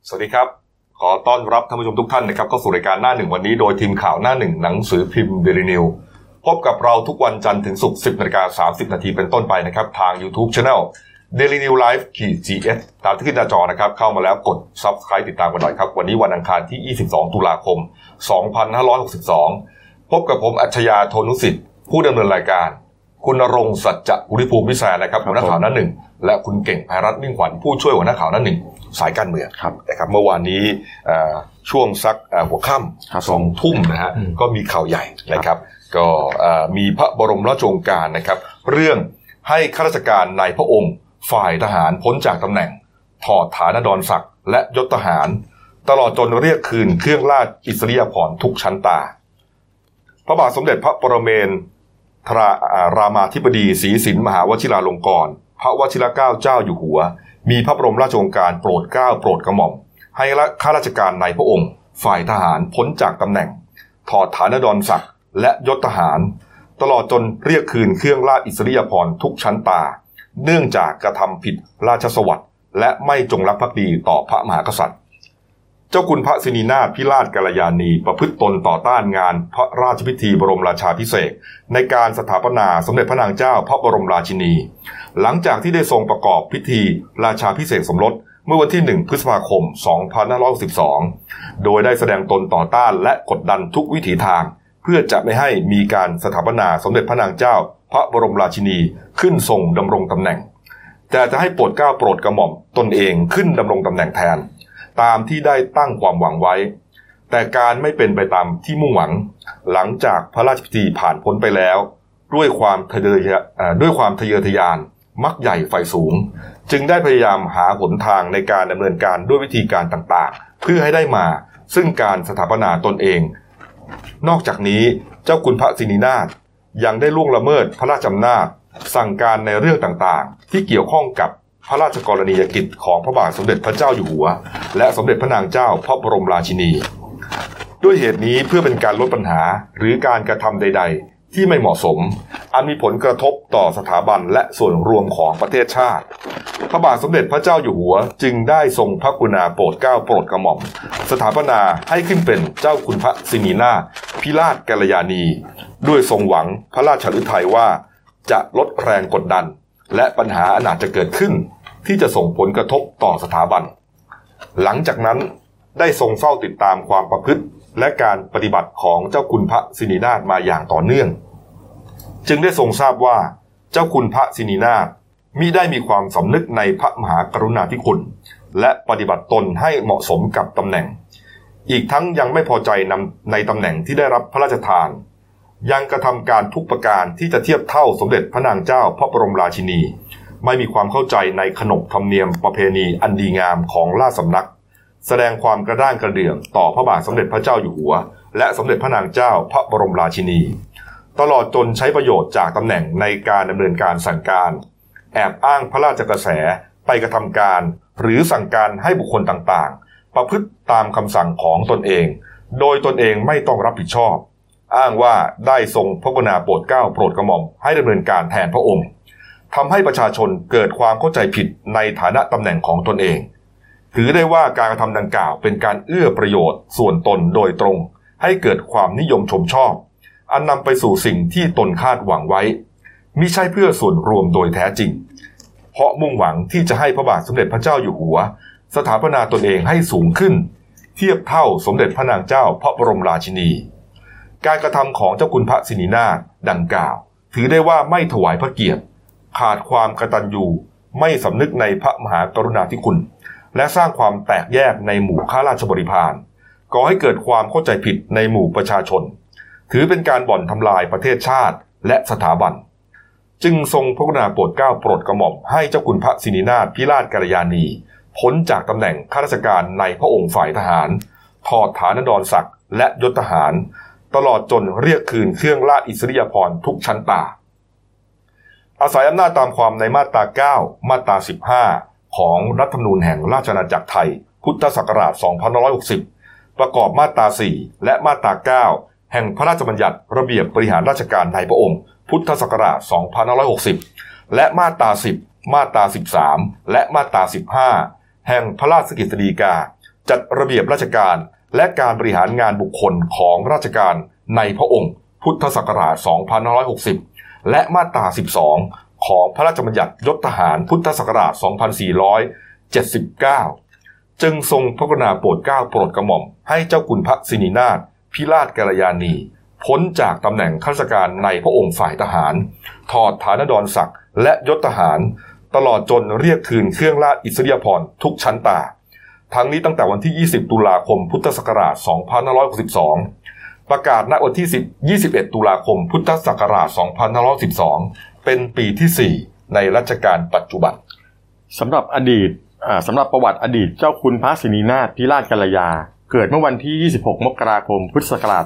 สวัสดีครับขอต้อนรับท่านผู้ชมทุกท่านนะครับเข้าสู่รายการหน้าหนึ่งวันนี้โดยทีมข่าวหน้าหนึ่งหนังสือพิมพ์ Daily News พบกับเราทุกวันจันทร์ถึงศุกร์ 10:30 น.เป็นต้นไปนะครับทาง YouTube Channel Daily News Live-GS ตามที่ขึ้นหน้าจอนะครับเข้ามาแล้วกด Subscribe ติดตามกันหน่อยครับวันนี้วันอังคารที่22ตุลาคม2562พบกับผมอัจฉริยะ โทนุสิทธิ์ผู้ดำเนินรายการคุณณรงค์ สัจจะภูริภูมิวิชานะครับหัวหน้าข่าวหน้าหนึ่งและคุณเก่งไพรัตน์มิ่งขวัญผู้ช่วยหัวหน้าข่าวหน้าหนึ่งสายการเมืองนะครับเมื่อวานนี้ช่วงสักหัวค่ำ2 ทุ่มนะฮะก็มีข่าวใหญ่นะครับก็มีพระบรมราชโองการนะครับเรื่องให้ข้าราชการในพระองค์ฝ่ายทหารพ้นจากตำแหน่งถอดฐานะดรศักดิ์และยศทหารตลอดจนเรียกคืนเครื่องราชอิสริยาภรณ์ทุกชั้นตาพระบาทสมเด็จพระปรเมนทรามาธิบดีศรีสินมหาวชิราลงกรณ์พระวชิรเกล้าเจ้าอยู่หัวมีพระบรมราชโองการโปรดเกล้าโปรดกระหม่อมให้ข้าราชการในพระองค์ฝ่ายทหารพ้นจากตำแหน่งถอดฐานะดรศักดิ์และยศทหารตลอดจนเรียกคืนเครื่องราชอิสริยาภรณ์ทุกชั้นตาเนื่องจากกระทำผิดราชสวัสดิ์และไม่จงรักภักดีต่อพระมหากษัตริย์เจ้าคุณพระสินีนาถพิราชกัลยาณีประพฤติตนต่อต้านงานพระราชพิธีบรมราชาภิเษกในการสถาปนาสมเด็จพระนางเจ้าพระบรมราชินีหลังจากที่ได้ทรงประกอบพิธีราชาภิเษกสมรสเมื่อวันที่1 พฤษภาคม 2562โดยได้แสดงตนต่อต้านและกดดันทุกวิถีทางเพื่อจะไม่ให้มีการสถาปนาสมเด็จพระนางเจ้าพระบรมราชินีขึ้นทรงดำรงตำแหน่งแต่จะให้โปรดเกล้าโปรดกระหม่อมตนเองขึ้นดำรงตำแหน่งแทนตามที่ได้ตั้งความหวังไว้แต่การไม่เป็นไปตามที่มุ่งหวังหลังจากพระราชพิธีผ่านพ้นไปแล้วด้วยความทะเยอทะยานมักใหญ่ไฟสูงจึงได้พยายามหาหนทางในการดำเนินการด้วยวิธีการต่างๆเพื่อให้ได้มาซึ่งการสถาปนาตนเองนอกจากนี้เจ้าคุณพระสินีนาถยังได้ล่วงละเมิดพระราชอำนาจสั่งการในเรื่องต่างๆที่เกี่ยวข้องกับพระราชกรณียกิจของพระบาทสมเด็จพระเจ้าอยู่หัวและสมเด็จพระนางเจ้าพระบรมราชินีด้วยเหตุนี้เพื่อเป็นการลดปัญหาหรือการกระทำใดๆที่ไม่เหมาะสมอันมีผลกระทบต่อสถาบันและส่วนรวมของประเทศชาติพระบาทสมเด็จพระเจ้าอยู่หัวจึงได้ทรงพระกรุณาโปรดเกล้าโปรดกระหม่อมสถาปนาให้ขึ้นเป็นเจ้าคุณพระสินีนาถพิราชกัลยาณีด้วยทรงหวังพระราชฤทัยว่าจะลดแรงกดดันและปัญหาอันอาจจะเกิดขึ้นที่จะส่งผลกระทบต่อสถาบันหลังจากนั้นได้ทรงเฝ้าติดตามความประพฤติและการปฏิบัติของเจ้าคุณพระสินีนาถมาอย่างต่อเนื่องจึงได้ทรงทราบว่าเจ้าคุณพระสินีนาถมิได้มีความสำนึกในพระมหากรุณาธิคุณและปฏิบัติตนให้เหมาะสมกับตำแหน่งอีกทั้งยังไม่พอใจในตำแหน่งที่ได้รับพระราชทานยังกระทำการทุกประการที่จะเทียบเท่าสมเด็จพระนางเจ้าพระบรมราชินีไม่มีความเข้าใจในขนบธรรมเนียมประเพณีอันดีงามของราชสำนักแสดงความกระด้างกระเดื่องต่อพระบาทสมเด็จพระเจ้าอยู่หัวและสมเด็จพระนางเจ้าพระบรมราชินีตลอดจนใช้ประโยชน์จากตำแหน่งในการดำเนินการสั่งการแอบอ้างพระราชกระแสไปกระทำการหรือสั่งการให้บุคคลต่างๆประพฤติตามคำสั่งของตนเองโดยตนเองไม่ต้องรับผิดชอบอ้างว่าได้ทรงพระกรุณาโปรดเกล้าโปรดกระหม่อมให้ดำเนินการแทนพระองค์ทำให้ประชาชนเกิดความเข้าใจผิดในฐานะตำแหน่งของตนเองถือได้ว่าการกระทำดังกล่าวเป็นการเอื้อประโยชน์ส่วนตนโดยตรงให้เกิดความนิยมชมชอบอันนำไปสู่สิ่งที่ตนคาดหวังไว้มิใช่เพื่อส่วนรวมโดยแท้จริงเพราะมุ่งหวังที่จะให้พระบาทสมเด็จพระเจ้าอยู่หัวสถาปนาตนเองให้สูงขึ้นเทียบเท่าสมเด็จพระนางเจ้าพระบรมราชินีการกระทำของเจ้าคุณพระสินีนาถดังกล่าวถือได้ว่าไม่ถวายพระเกียรติขาดความกตัญญูไม่สำนึกในพระมหากรุณาธิคุณและสร้างความแตกแยกในหมู่ข้าราชบริพารก่อให้เกิดความเข้าใจผิดในหมู่ประชาชนถือเป็นการบ่อนทำลายประเทศชาติและสถาบันจึงทรงพระกรุณาโปรดเกล้าโปรดกระหม่อมให้เจ้าคุณพระสินีนาถพิราชกัลยาณีพ้นจากตำแหน่งข้าราชการในพระองค์ฝ่ายทหารถอดฐานะดรศักดิ์และยศทหารตลอดจนเรียกคืนเครื่องราชอิสริยาภรณ์ทุกชั้นตาอาศัยอำนาจตามความในมาตรา9มาตรา15ของรัฐธรรมนูญแห่งราชอาณาจักรไทยพุทธศักราช2560ประกอบมาตรา4และมาตรา9แห่งพระราชบัญญัติระเบียบบริหารราชการในพระองค์พุทธศักราช2560และมาตรา10มาตรา13และมาตรา15แห่งพระราชกฤษฎีกาจัดระเบียบราชการและการบริหารงานบุคคลของราชการในพระองค์พุทธศักราช 2560 และมาตรา 12 ของพระราชบัญญัติยศทหารพุทธศักราช 2479 จึงทรงพระกรุณาโปรดเกล้าโปรดกระหม่อมให้เจ้าคุณพระสินีนาถพิราชกัลยาณีพ้นจากตำแหน่งข้าราชการในพระองค์ฝ่ายทหารถอดฐานดรศักดิ์และยศทหารตลอดจนเรียกคืนเครื่องราชอิสริยาภรณ์ทุกชั้นตาทั้งนี้ตั้งแต่วันที่ 20 ตุลาคม พุทธศักราช 2562 ประกาศณวันที่ 21 ตุลาคม พุทธศักราช 2512 เป็นปีที่ 4 ในรัชกาลปัจจุบันสำหรับประวัติอดีตเจ้าคุณพระสินีนาถพิราชกัลยาเกิดเมื่อวันที่ 26 มกราคม พุทธศักราช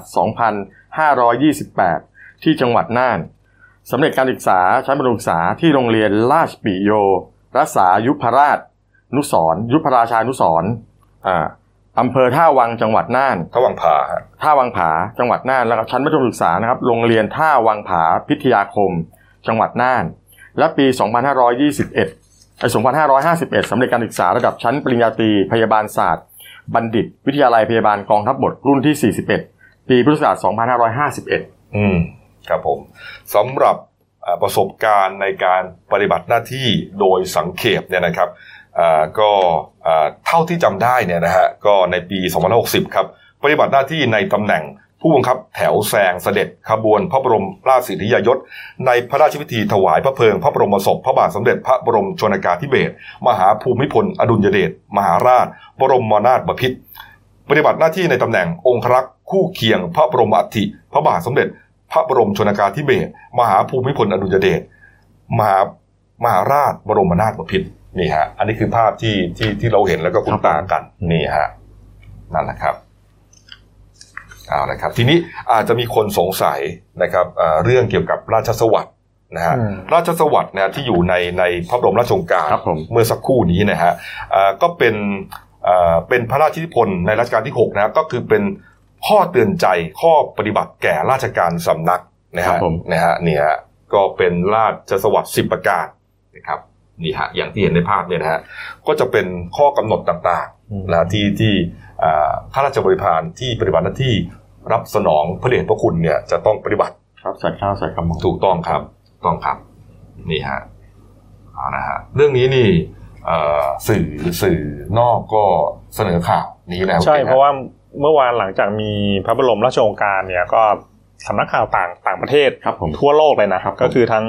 2528 ที่จังหวัดน่านสำเร็จการศึกษาชั้นประถมศึกษาที่โรงเรียนราชปิโยรักษายุพราชนุสรณ์ยุพราชานุสรณ์อำเภอท่าวังจังหวัดน่านท่าวังผาจังหวัดน่านแล้วก็ชั้นประถมศึกษานะครับโรงเรียนท่าวังผาพิทยาคมจังหวัดน่านและปี 2551 สำเร็จการศึกษาระดับชั้นปริญญาตรีพยาบาลศาสตร์บัณฑิตวิทยาลัยพยาบาลกองทัพบกรุ่นที่ 41 ปีพุทธศักราช 2551 ครับผมสำหรับประสบการณ์ในการปฏิบัติหน้าที่โดยสังเขปเนี่ยนะครับก็เท่าที่จำได้เนี่ยนะฮะก็ในปี 2560 ครับปฏิบัติหน้าที่ในตำแหน่งผู้บังคับแถวแซงเสด็จขบวนพระบรมราชสิทธิยยศในพระราชพิธีถวายพระเพลิงพระบรมศพพระบาทสมเด็จพระบรมชนกาธิเบศรมหาภูมิพลอดุลยเดชมหาราชบรมนาถบพิตรปฏิบัติหน้าที่ในตำแหน่งองครักษ์คู่เคียงพระบรมอัฐิพระบาทสมเด็จพระบรมชนกาธิเบศรมหาภูมิพลอดุลยเดชมหาราชบรมนาถบพิตรนี่ฮะอันนี้คือภาพที่เราเห็นแล้วก็คุ้นตากันนี่ฮะนั่นแหละครับเอาละครับทีนี้อาจจะมีคนสงสัยนะครับเรื่องเกี่ยวกับราชสวัสดิ์นะฮะราชสวัสดิ์นะที่อยู่ในพระบรมราชโองการเมื่อสักครู่นี้นะฮะก็เป็นพระราชนิพนธ์ในรัชกาลที่6นะก็คือเป็นข้อเตือนใจข้อปฏิบัติแก่ราชการสำนักนะฮะเนี่ยก็เป็นราชสวัสดิ์10ประการนะครับนี่ฮะอย่างที่เห็นในภาพเนี่ยนะฮะก็จะเป็นข้อกำหนดต่างๆนะที่ข้าราชบริพารที่ปฏิบัติหน้าที่รับสนองพระเดชพระคุณเนี่ยจะต้องปฏิบัติครับใส่ข้าวใส่กระหม่อมถูกต้องครับนี่ฮะนะฮะเรื่องนี้นี่สื่อนอกก็เสนอข่าวนี้แล้วใช่เพราะว่าเมื่อวานหลังจากมีพระบรมราชโองการเนี่ยก็สำนักข่าวต่างประเทศทั่วโลกเลยนะครับก็คือทั้ง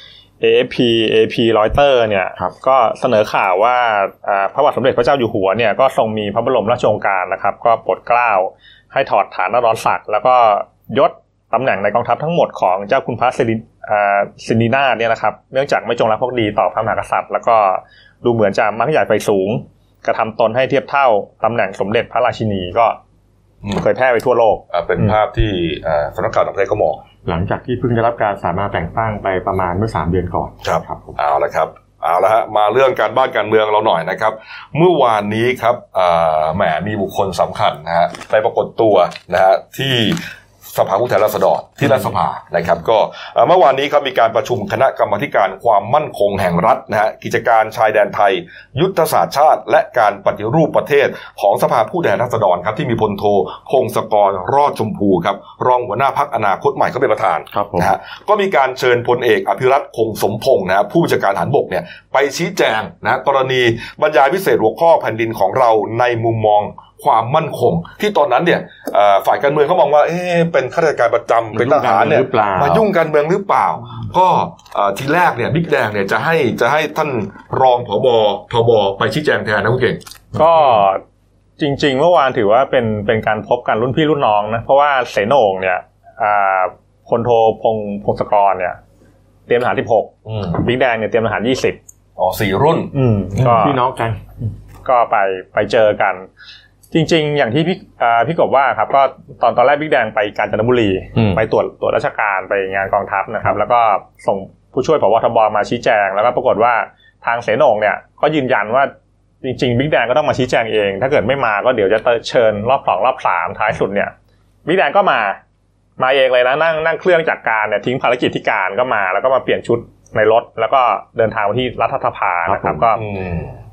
AFP AP Reuters เนี่ยก็เสนอข่าวว่าพระบาทสมเด็จพระเจ้าอยู่หัวเนี่ยก็ทรงมีพระบรมราชโองการนะครับก็โปรดเกล้าให้ถอดฐานนรศักดิ์แล้วก็ยศตำแหน่งในกองทัพทั้งหมดของเจ้าคุณพระสินีนาถเนี่ยนะครับเนื่องจากไม่จงรักภักดีต่อพระมหากษัตริย์แล้วก็ดูเหมือนจะมักใหญ่ไฟสูงกระทำตนให้เทียบเท่าตำแหน่งสมเด็จพระราชินีก็เผยแพร่ไปทั่วโลกเป็นภาพที่สำนักข่าวต่างประเทศก็มองหลังจากที่เพิ่งได้รับการสามารถแต่งตั้งไปประมาณเมื่อ3 เดือนก่อนครับเอาละครับเอาละฮะมาเรื่องการบ้านการเมืองเราหน่อยนะครับเมื่อวานนี้ครับแหมมีบุคคลสำคัญนะฮะไปปรากฏตัวนะฮะที่สภาผู้แทนราษฎรที่รัฐสภานะครับก็เมื่อวานนี้ครับมีการประชุมคณะกรรมาธิการความมั่นคงแห่งรัฐนะฮะกิจการชายแดนไทยยุทธศาสตร์ชาติและการปฏิรูปประเทศของสภาผู้แทนราษฎรครับที่มีพลโทพงศกรรอดชมพูครับรองหัวหน้าพรรคอนาคตใหม่เขาเป็นประธานนะฮะก็มีการเชิญพลเอกอภิรัตคงสมพงษ์นะผู้บัญชาการทหารบกเนี่ยไปชี้แจงนะกรณีบรรยายพิเศษหัวข้อแผ่นดินของเราในมุมมองความมั่นคงที่ตอนนั้นเนี่ยฝ่ายการเมืองเขามองว่าเป็นข้าราชการประจำเป็นทหารเนี่ยมายุ่งการเมืองหรือเปล่าก็ทีแรกเนี่ยบิ๊กแดงเนี่ยจะให้ท่านรองผบไปชี้แจงแทนนะคุณเก่งก็จริงๆเมื่อวานถือว่าเป็นการพบกันรุ่นพี่รุ่นน้องนะเพราะว่าเสโหน่งเนี่ยพลโทพงศกรเนี่ยเตรียมทหาร16บิ๊กแดงเนี่ยเตรียมทหาร20 อ๋อ4รุ่นก็พี่น้องกันก็ไปเจอกันจริงๆอย่างที่พี่กบว่าครับก็ตอนแรกบิ๊กแดงไปกาญจนบุรีไปตรวจราชการไปงานกองทัพนะครับแล้วก็ส่งผู้ช่วยผบ.ทบ.มาชี้แจงแล้วก็ปรากฏว่าทางเสโหน่งเนี่ยก็ยืนยันว่าจริงๆบิ๊กแดงก็ต้องมาชี้แจงเองถ้าเกิดไม่มาก็เดี๋ยวจะเชิญรอบ2รอบ3ท้ายสุดเนี่ยบิ๊กแดงก็มาเองเลยนะนั่งเครื่องจักรการเนี่ยทิ้งภารกิจที่การก็มาแล้วก็มาเปลี่ยนชุดในรถแล้วก็เดินทางมาที่รัฐสภานะครับก็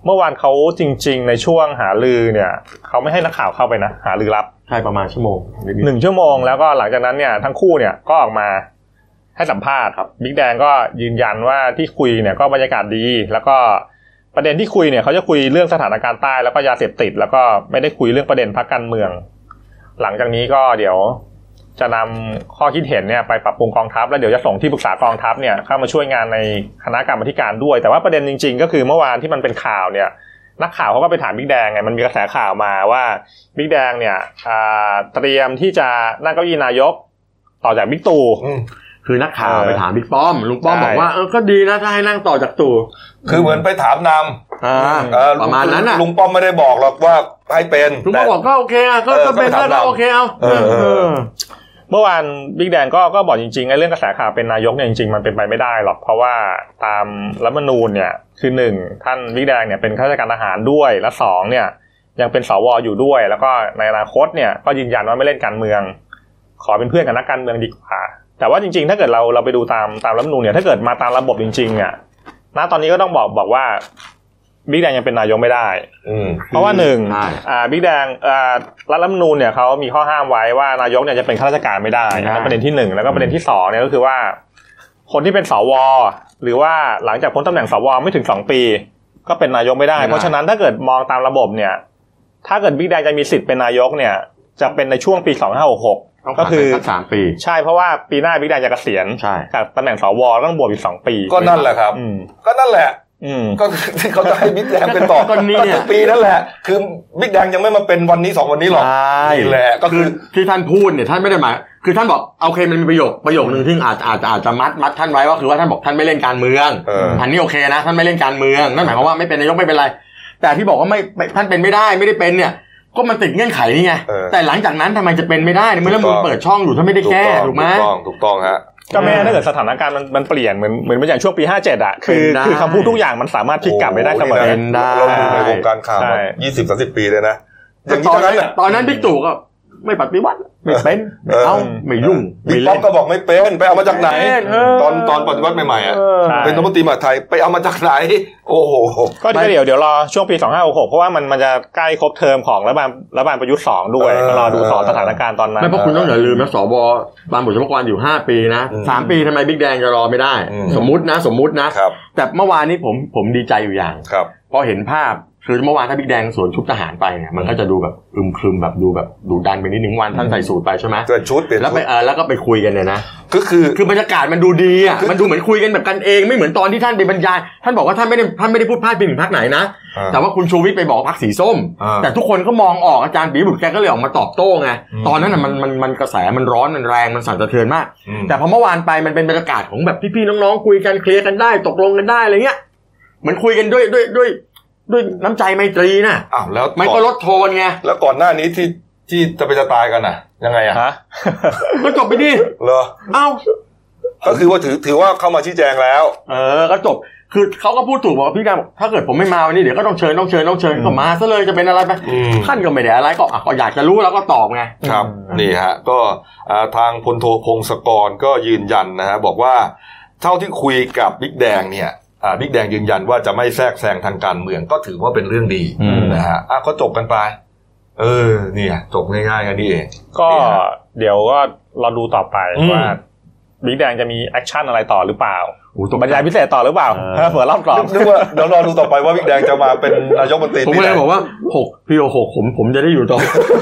เมื่อวานเขาจริงๆในช่วงหารือเนี่ยเขาไม่ให้นักข่าวเข้าไปนะหารือลับใช่ประมาณ1 ชั่วโมงแล้วก็หลังจากนั้นเนี่ยทั้งคู่เนี่ยก็ออกมาให้สัมภาษณ์ครับบิ๊กแดงก็ยืนยันว่าที่คุยเนี่ยก็บรรยากาศดีแล้วก็ประเด็นที่คุยเนี่ยเขาจะคุยเรื่องสถานการณ์ใต้แล้วก็ยาเสพติดแล้วก็ไม่ได้คุยเรื่องประเด็นพรรคการเมืองหลังจากนี้ก็เดี๋ยวจะนำข้อคิดเห็นเนี่ยไปปรับปรุงกองทัพแล้วเดี๋ยวจะส่งที่ปรึกษากองทัพเนี่ยเข้ามาช่วยงานในคณะกรรมาธิการด้วยแต่ว่าประเด็นจริงๆก็คือเมื่อวานที่มันเป็นข่าวเนี่ยนักข่าวเขาก็ไปถามบิ๊กแดงไงมันมีกระแสข่าวมาว่าบิ๊กแดงเนี่ยเตรียมที่จะนั่งเก้าอี้นายกต่อจากบิ๊กตู่คือนักข่าวไปถามบิ๊กป้อมลุงป้อมบอกว่าก็ดีนะถ้าให้นั่งต่อจากตู่คือเหมือนไปถามนำประมาณนั้นน่ะลุงป้อมไม่ได้บอกหรอกว่าให้เป็นลุงป้อมบอกก็โอเคก็เป็นก็โอเคเอาเมื่อวานบิ๊กแดงก็บอกจริงๆไอ้เรื่องกระแสข่าวเป็นนายกเนี่ยจริงๆมันเป็นไปไม่ได้หรอกเพราะว่าตามรัฐธรรมนูญเนี่ยคือ1ท่านบิ๊กแดงเนี่ยเป็นข้าราชการทหารด้วยและ2เนี่ยยังเป็นสวอยู่ด้วยแล้วก็ในอนาคตเนี่ยก็ยืนยันว่าไม่เล่นการเมืองขอเป็นเพื่อนกับนักการเมืองดีกว่าแต่ว่าจริงๆถ้าเกิดเราไปดูตามรัฐธรรมนูญเนี่ยถ้าเกิดมาตามระบบจริงๆอ่ะณตอนนี้ก็ต้องบอกว่าบิ๊กแดงยังเป็นนายกไม่ได้เพราะว่า1บิ๊กแดงรัฐธรรมนูญเนี่ยเขามีข้อห้ามไว้ว่านายกเนี่ยจะเป็นข้าราชการไม่ได้นะประเด็นที่1แล้วก็ประเด็นที่2เนี่ยก็คือว่าคนที่เป็นสวหรือว่าหลังจากพ้นตำแหน่งสวไม่ถึง2 ปีก็เป็นนายกไม่ได้เพราะฉะนั้นถ้าเกิดมองตามระบบเนี่ยถ้าเกิดบิ๊กแดงจะมีสิทธิ์เป็นนายกเนี่ยจะเป็นในช่วงปี2566ก็คือ 3 ปีใช่เพราะว่าปีหน้าบิ๊กแดงจะเกษียณจากตำแหน่งสวต้องบวกอีก2 ปีก็นั่นแหละครับก็นั่นแหละก็ที่เขาจะให้บิ๊กแดงเป็นต่อก็นี่เนี่ยปีนั่นแหละคือบิ๊กแดงยังไม่มาเป็นวันนี้2 วันนี้หรอกนี่แหละก็คือที่ท่านพูดเนี่ยท่านไม่ได้หมายคือท่านบอกโอเคมันมีประโยคนึงที่อาจจะมัดท่านไว้ว่าคือว่าท่านบอกท่านไม่เล่นการเมืองอันนี้โอเคนะท่านไม่เล่นการเมืองนั่นหมายความว่าไม่เป็นนายกไม่เป็นไรแต่ที่บอกว่าไม่ท่านเป็นไม่ได้เป็นเนี่ยก็มันติดเงื่อนไขนี่ไงแต่หลังจากนั้นทำไมจะเป็นไม่ได้เมื่อมันเปิดช่องอยู่ถ้าไม่ได้แก้ถูกไหมถูกต้องฮะก็แม้ถ้าเกิดสถานการณ์มันเปลี่ยนเหมือนอย่างช่วงปี57อ่ะคือคำพูดทุกอย่างมันสามารถพลิกกลับไปได้เสมอเราดูในวงการข่าวมา20-30 ปีเลยนะอย่างตอนนั้นบิ๊กตู่ก็ไม่ปฏิวัติไม่เป็นเอาไม่ยุ่งบิ๊กป้อมก็บอกไม่เป็นไปเอามาจากไหนตอนปฏิวัติใหม่ๆอ่ะเป็นรัฐมนตรีมหาดไทยไปเอามาจากไหนโอ้โหก็เดี๋ยวรอช่วงปี2566เพราะว่ามันจะใกล้ครบเทอมของรัฐบาลประยุทธ์2ด้วยก็รอดูสถานการณ์ตอนนั้นไม่เพราะคุณต้องอย่าลืมนะสบบางบุตรเฉพาะการอยู่5 ปีนะ3 ปีทำไมบิ๊กแดงจะรอไม่ได้สมมุตินะแต่เมื่อวานนี้ผมดีใจอยู่อย่างพอเห็นภาพคือเมื่อวานถ้าบิ๊กแดงสวมชุดทหารไปเนี่ยมันก็จะดูแบบอึมครึมแบบดูดันไปนิดนึงวันท่านใส่สูทไปใช่ไหมเกิดชุดแล้วก็ไปคุยกันเนี่ยนะคือบรรยากาศมันดูดีอ่ะมันดูเหมือนคุยกันแบบกันเองไม่เหมือนตอนที่ท่านไปบรรยายท่านบอกว่าท่านไม่ได้พูดพาดพิงถึงพรรคไหนนะแต่ว่าคุณชูวิทย์ไปบอกพรรคสีส้มแต่ทุกคนก็มองออกอาจารย์ปิยบุตรแกก็เลยออกมาตอบโต้ไงตอนนั้นน่ะมันกระแสมันร้อนมันแรงมันสั่นสะเทือนมากแต่พอเมื่อวานไปมันเป็นบรรยากาศของแบบพี่ๆน้องๆคุยกันเคลียร์กันได้ตกลงกันได้อะไรเงี้ยเหมือนคุยกันด้วยน้ำใจไมตรีนะแล้วมันก็ลดโทนไงแล้วก่อนหน้านี้ที่จะตายกันน่ะยังไงอ่ะก็จบไปดิเหรอก็คือว่าถือว่าเข้ามาชี้แจงแล้วก็จบคือเขาก็พูดถูกบอกพี่การบอกถ้าเกิดผมไม่มาวันนี้เดี๋ยวก็ต้องเชิญก็มาซะเลยจะเป็นอะไรไปท่านก็ไม่ได้อะไรก็อยากจะรู้แล้วก็ตอบไงครับนี่ฮะก็ทางพลโทพงศกรก็ยืนยันนะฮะบอกว่าเท่าที่คุยกับบิ๊กแดงเนี่ยบิ๊กแดงยืนยันว่าจะไม่แทรกแซงทางการเมืองก็ถือว่าเป็นเรื่องดีนะฮะก็จบกันไปเนี่ยจบง่ายๆกันนี่เองก็เดี๋ยวก็เราดูต่อไปว่าบิ๊กแดงจะมีแอคชั่นอะไรต่อหรือเปล่าบรรยายพิเศษต่อหรือเปล่าเผื่อรอบกรอบนึกว่าเดี๋ยวรอดูต่อไปว่าบิ๊กแดงจะมาเป็นนายกรัฐมนตรีผมเลยบอกว่า6พี่6ผมจะได้อยู่ต่อ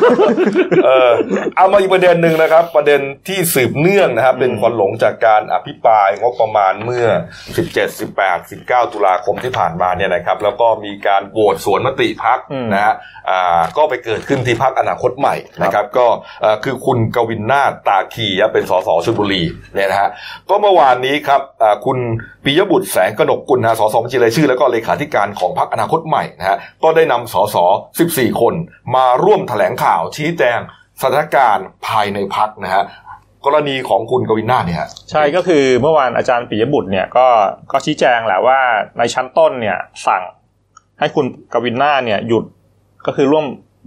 เอามาอีกประเด็นนึงนะครับประเด็นที่สืบเนื่องนะครับเป็นควันหลงจากการอภิปรายงบประมาณเมื่อ17 18 19ตุลาคมที่ผ่านมาเนี่ยนะครับแล้วก็มีการโหวตสวนมติพรรคนะฮะก็ไปเกิดขึ้นที่พรรคอนาคตใหม่นะครับก็คือคุณกวินนาถตาคีเป็นสสชลบุรีเนี่ยนะฮะก็เมื่อวานนี้ครับคุณปิยบุตรแสงกนกกุลสสบัญชีรายชื่อแล้วก็เลขาธิการของพรรคอนาคตใหม่นะฮะก็ได้นำสส14 คนมาร่วมแถลงข่าวชี้แจงสถานการณ์ภายในพรรคนะฮะกรณีของคุณกวินนาถเนี่ยใช่ก็คือเมื่อวานอาจารย์ปิยบุตรเนี่ยก็ชี้แจงแหละว่าในชั้นต้นเนี่ยสั่งให้คุณกวินนาถเนี่ยหยุดก็คือร่วม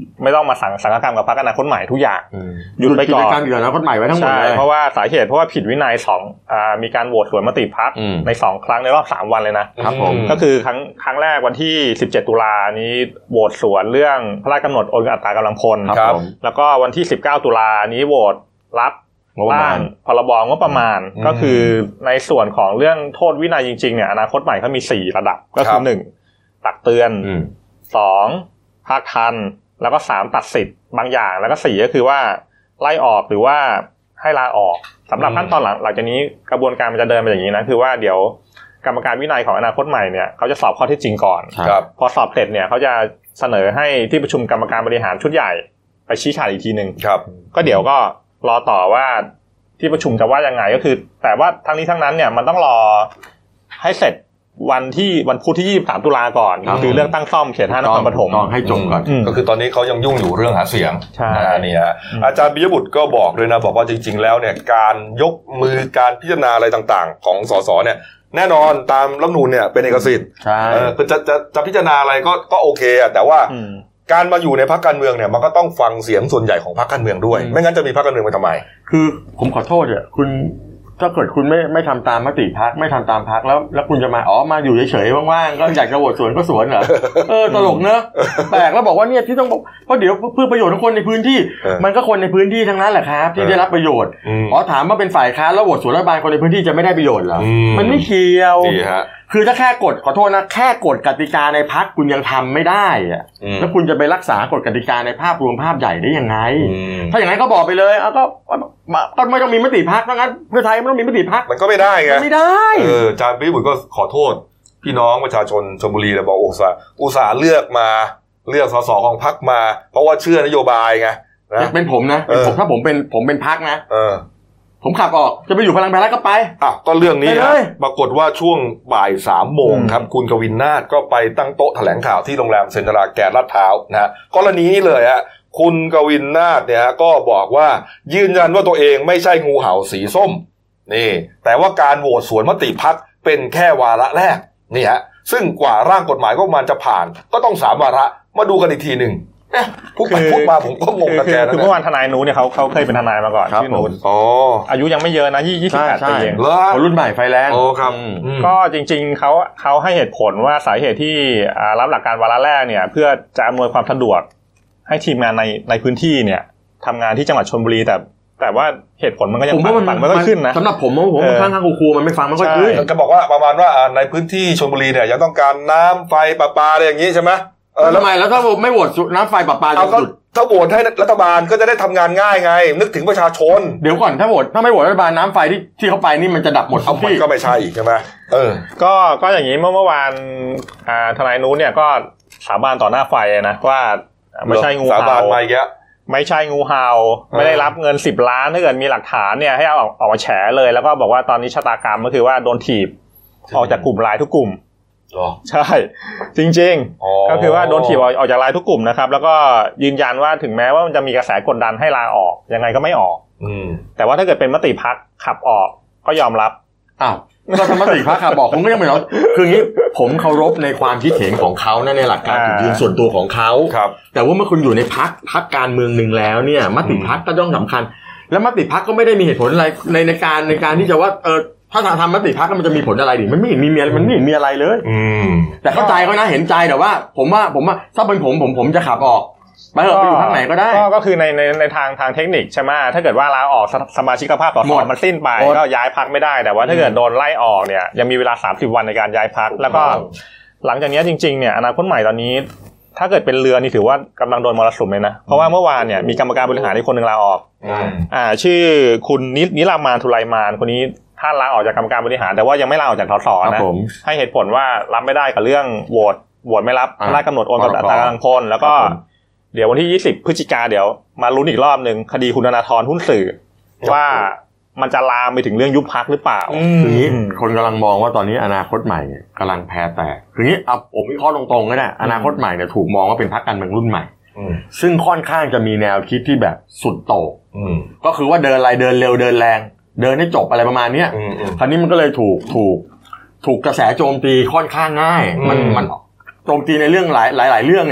ไม่ต้องมาสังกัดกับพรรคอนาคตใหม่ทุกอย่างหยุดไปก่อนกิจการอนาคตใหม่ไว้ทั้งหมดเลยเพราะว่าสาเหตุเพราะว่าผิดวินัยมีการโหวตสวนมติพรรคใน2ครั้งในรอบ3วันเลยนะครับผมก็คือครั้งแรกวันที่17ตุลานี้โหวตสวนเรื่องพระราชกำหนดโอนอัตรากำลังพลแล้วก็วันที่19ตุลานี้โหวตรับร่างพรบงบประมาณก็คือในส่วนของเรื่องโทษวินัยจริงๆเนี่ยอนาคตใหม่เขามี4ระดับก็คือ1ตักเตือน2ภาคทันแล้วก็3ตัดสิทธิ์บางอย่างแล้วก็4ก็คือว่าไล่ออกหรือว่าให้ลาออกสำหรับขั้นตอนหลังจากนี้กระบวนการมันจะเดินไปอย่างนี้นะคือว่าเดี๋ยวกรรมการวินัยของอนาคตใหม่เนี่ยเขาจะสอบข้อเท็จจริงก่อนพอสอบเสร็จเนี่ยเขาจะเสนอให้ที่ประชุมกรรมการบริหารชุดใหญ่ไปชี้ขาดอีกทีนึงก็เดี๋ยวก็รอต่อว่าที่ประชุมจะว่ายังไงก็คือแต่ว่าทั้งนี้ทั้งนั้นเนี่ยมันต้องรอให้เสร็จวันพุธที่23ตุลาก่อนคือเรื่องตั้งซ่อมเขต5นครปฐมให้จบก่อนก็คือตอนนี้เขายังยุ่งอยู่เรื่องหาเสียงนี่ฮะอาจารย์ปิยบุตรก็บอกเลยนะบอกว่าจริงๆแล้วเนี่ยการยกมือการพิจารณาอะไรต่างๆของสสเนี่ยแน่นอนตามรัฐธรรมนูญเนี่ยเป็นเอกสิทธิ์จะพิจารณาอะไรก็โอเคอ่ะแต่ว่าการมาอยู่ในพรรคการเมืองเนี่ยมันก็ต้องฟังเสียงส่วนใหญ่ของพรรคการเมืองด้วยไม่งั้นจะมีพรรคการเมืองไปทำไมคือผมขอโทษเนี่ยคุณถ้าเกิดคุณไม่ทำตามมติพรรคไม่ทำตามพรรคแล้วคุณจะมาอยู่เฉยๆว่างๆก็อยากจะโหวตสวนก็สวนเหรอตลกเนอะแปลกแล้วบอกว่าเนี่ยที่ต้องบอกเพราะเดี๋ยวเพื่อประโยชน์ของคนในพื้นที่มันก็คนในพื้นที่ทั้งนั้นแหละครับที่ได้รับประโยชน์ถามว่าเป็นฝ่ายค้านแล้วโหวตสวนรัฐบาลคนในพื้นที่จะไม่ได้ประโยชน์เหรอมันไม่เกี่ยวคือถ้าแค่กฎขอโทษนะแค่กฎกติกาในพรรคคุณยังทำไม่ได้อะแล้วคุณจะไปรักษากฎกติกาในภาพรวมภาพใหญ่ได้ยังไงถ้าอย่างนั้นก็บอกไปเลยก็ไม่ต้องมีมติพรรคงั้นเพื่อไทยไม่ต้องมีมติพรรคมันก็ไม่ได้ไงไม่ได้อาจารย์ปิยบุตรก็ขอโทษพี่น้องประชาชนชลบุรีเลยบอกอุตส่าห์เลือกสสของพรรคมาเพราะว่าเชื่อนโยบายไงเป็นผมนะถ้าผมเป็นพรรคนะผมขับออกจะไปอยู่พลังประชารัฐก็ไปก็เรื่องนี้นะปรากฏว่าช่วงบ่าย 3 โมงครับคุณกวินนาถก็ไปตั้งโต๊ะแถลงข่าวที่โรงแรมเซ็นทรัลแกรนด์ลาดพร้าวนะฮะกรณีนี้เลยฮะคุณกวินนาถเนี่ยก็บอกว่ายืนยันว่าตัวเองไม่ใช่งูเห่าสีส้มนี่แต่ว่าการโหวตสวนมติพรรคเป็นแค่วาระแรกนี่ฮะซึ่งกว่าร่างกฎหมายก็มันจะผ่านก็ต้อง3 วาระมาดูกันอีกทีนึงพูดมาผมก็งงกับแกนะคือเมื่อวานทนายนูเนี่ยเขาเคยเป็นทนายมาก่อนชื่อนูนอายุยังไม่เยอะนะ28 ปีเองรุ่นใหม่ไฟแรงครับก็จริงๆเขาให้เหตุผลว่าสาเหตุที่รับหลักการวาระแรกเนี่ยเพื่อจะอำนวยความสะดวกให้ทีมงานในพื้นที่เนี่ยทำงานที่จังหวัดชลบุรีแต่ว่าเหตุผลมันก็ยังฟังไม่ค่อยขึ้นนะสำหรับผมข้างครูมันไม่ฟังไม่ค่อยขึ้นก็บอกว่าประมาณว่าในพื้นที่ชลบุรีเนี่ยยังต้องการน้ำไฟประปาอะไรอย่างนี้ใช่ไหมทำไมแล้วถ้าไม่โหวตน้ำไฟประปาจะสุดถ้าโหวตให้รัฐบาลก็จะได้ทำงานง่ายไงนึกถึงประชาชนเดี๋ยวก่อนถ้าไม่โหวตรัฐบาลน้ำไฟที่เขาไปนี่มันจะดับหมดทุกที่ก็ไม่ใช่อีกใช่ไหมก็อย่างนี้เมื่อวานทนายนู้นเนี่ยก็สาบานต่อหน้าไฟนะว่าไม่ใช่งูเห่าสาบานมาอีกแล้วไม่ใช่งูเห่าไม่ได้รับเงิน10 ล้านถ้าเกิดมีหลักฐานเนี่ยให้เอาออกมาแฉเลยแล้วก็บอกว่าตอนนี้ชะตากรรมก็คือว่าโดนถีบออกจากกลุ่มไลน์ทุกกลุ่มใช่จริงๆก็คือว่าโดนถีบออกจากไลน์ทุกกลุ่มนะครับแล้วก็ยืนยันว่าถึงแม้ว่ามันจะมีกระแสกดดันให้ลาออกยังไงก็ไม่ออกแต่ว่าถ้าเกิดเป็นมติพรรคขับออกก็ยอมรับก็ทำมติพรรคขับออกผมก็ยังไม่รับคืองี้ผมเคารพในความคิดเห็นของเขาในหลักการจุดยืนส่วนตัวของเขาแต่ว่าเมื่อคุณอยู่ในพรรคการเมืองนึงแล้วเนี่ยมติพรรคก็ต้องสำคัญแล้วมติพรรคก็ไม่ได้มีเหตุผลอะไรในการที่จะว่าถ้าทำมติพรรคมันจะมีผลอะไรดิมันไม่เห็นมีอะไรมันไม่เห็นมีอะไรเลยแต่เข้าใจเขานะเห็นใจแต่ว่าผมว่าถ้าเป็นผมจะขับออกไปอยู่พรรคไหนก็ได้ก็คือในทางเทคนิคใช่ไหมถ้าเกิดว่าลาออกสมาชิกภาพสสมันสิ้นไปก็ย้ายพรรคไม่ได้แต่ว่าถ้าเกิดโดนไล่ออกเนี่ยยังมีเวลา30 วันในการย้ายพรรคแล้วก็หลังจากนี้จริงๆเนี่ยอนาคตใหม่ตอนนี้ถ้าเกิดเป็นเรือนี่ถือว่ากำลังโดนมรสุมเลยนะเพราะว่าเมื่อวานเนี่ยมีกรรมการบริหารอีกคนนึงลาออกชื่อคุณนิรามานทุไลมานคนนี้ท่านลาออกจากกรรมการบริหารแต่ว่ายังไม่ลาออกจากทสนะให้เหตุผลว่ารับไม่ได้กับเรื่องโหวตไม่รับพระราชกำหนดโอนอัตรากำลังพลแล้วก็เดี๋ยววันที่20 พฤศจิกายนเดี๋ยวมาลุ้นอีกรอบนึงคดีคุณธนาธรหุ้นสื่อว่ามันจะลามไปถึงเรื่องยุบพรรคหรือเปล่าคืองี้คนกำลังมองว่าตอนนี้อนาคตใหม่กำลังแพ้แตกคืองี้ผมวิเคราะห์ตรงๆก็ได้อนาคตใหม่เนี่ยถูกมองว่าเป็นพรรคการเมืองรุ่นใหม่ซึ่งค่อนข้างจะมีแนวคิดที่แบบสุดโต่งก็คือว่าเดินเดินเร็วเดินแรงเดินให้จบอะไรประมาณนี้คราวนี้มันก็เลยถูกกระแสโจมตีค่อนข้างง่ายมันโจมตีในเรื่องหลายเรื่องเนี่ย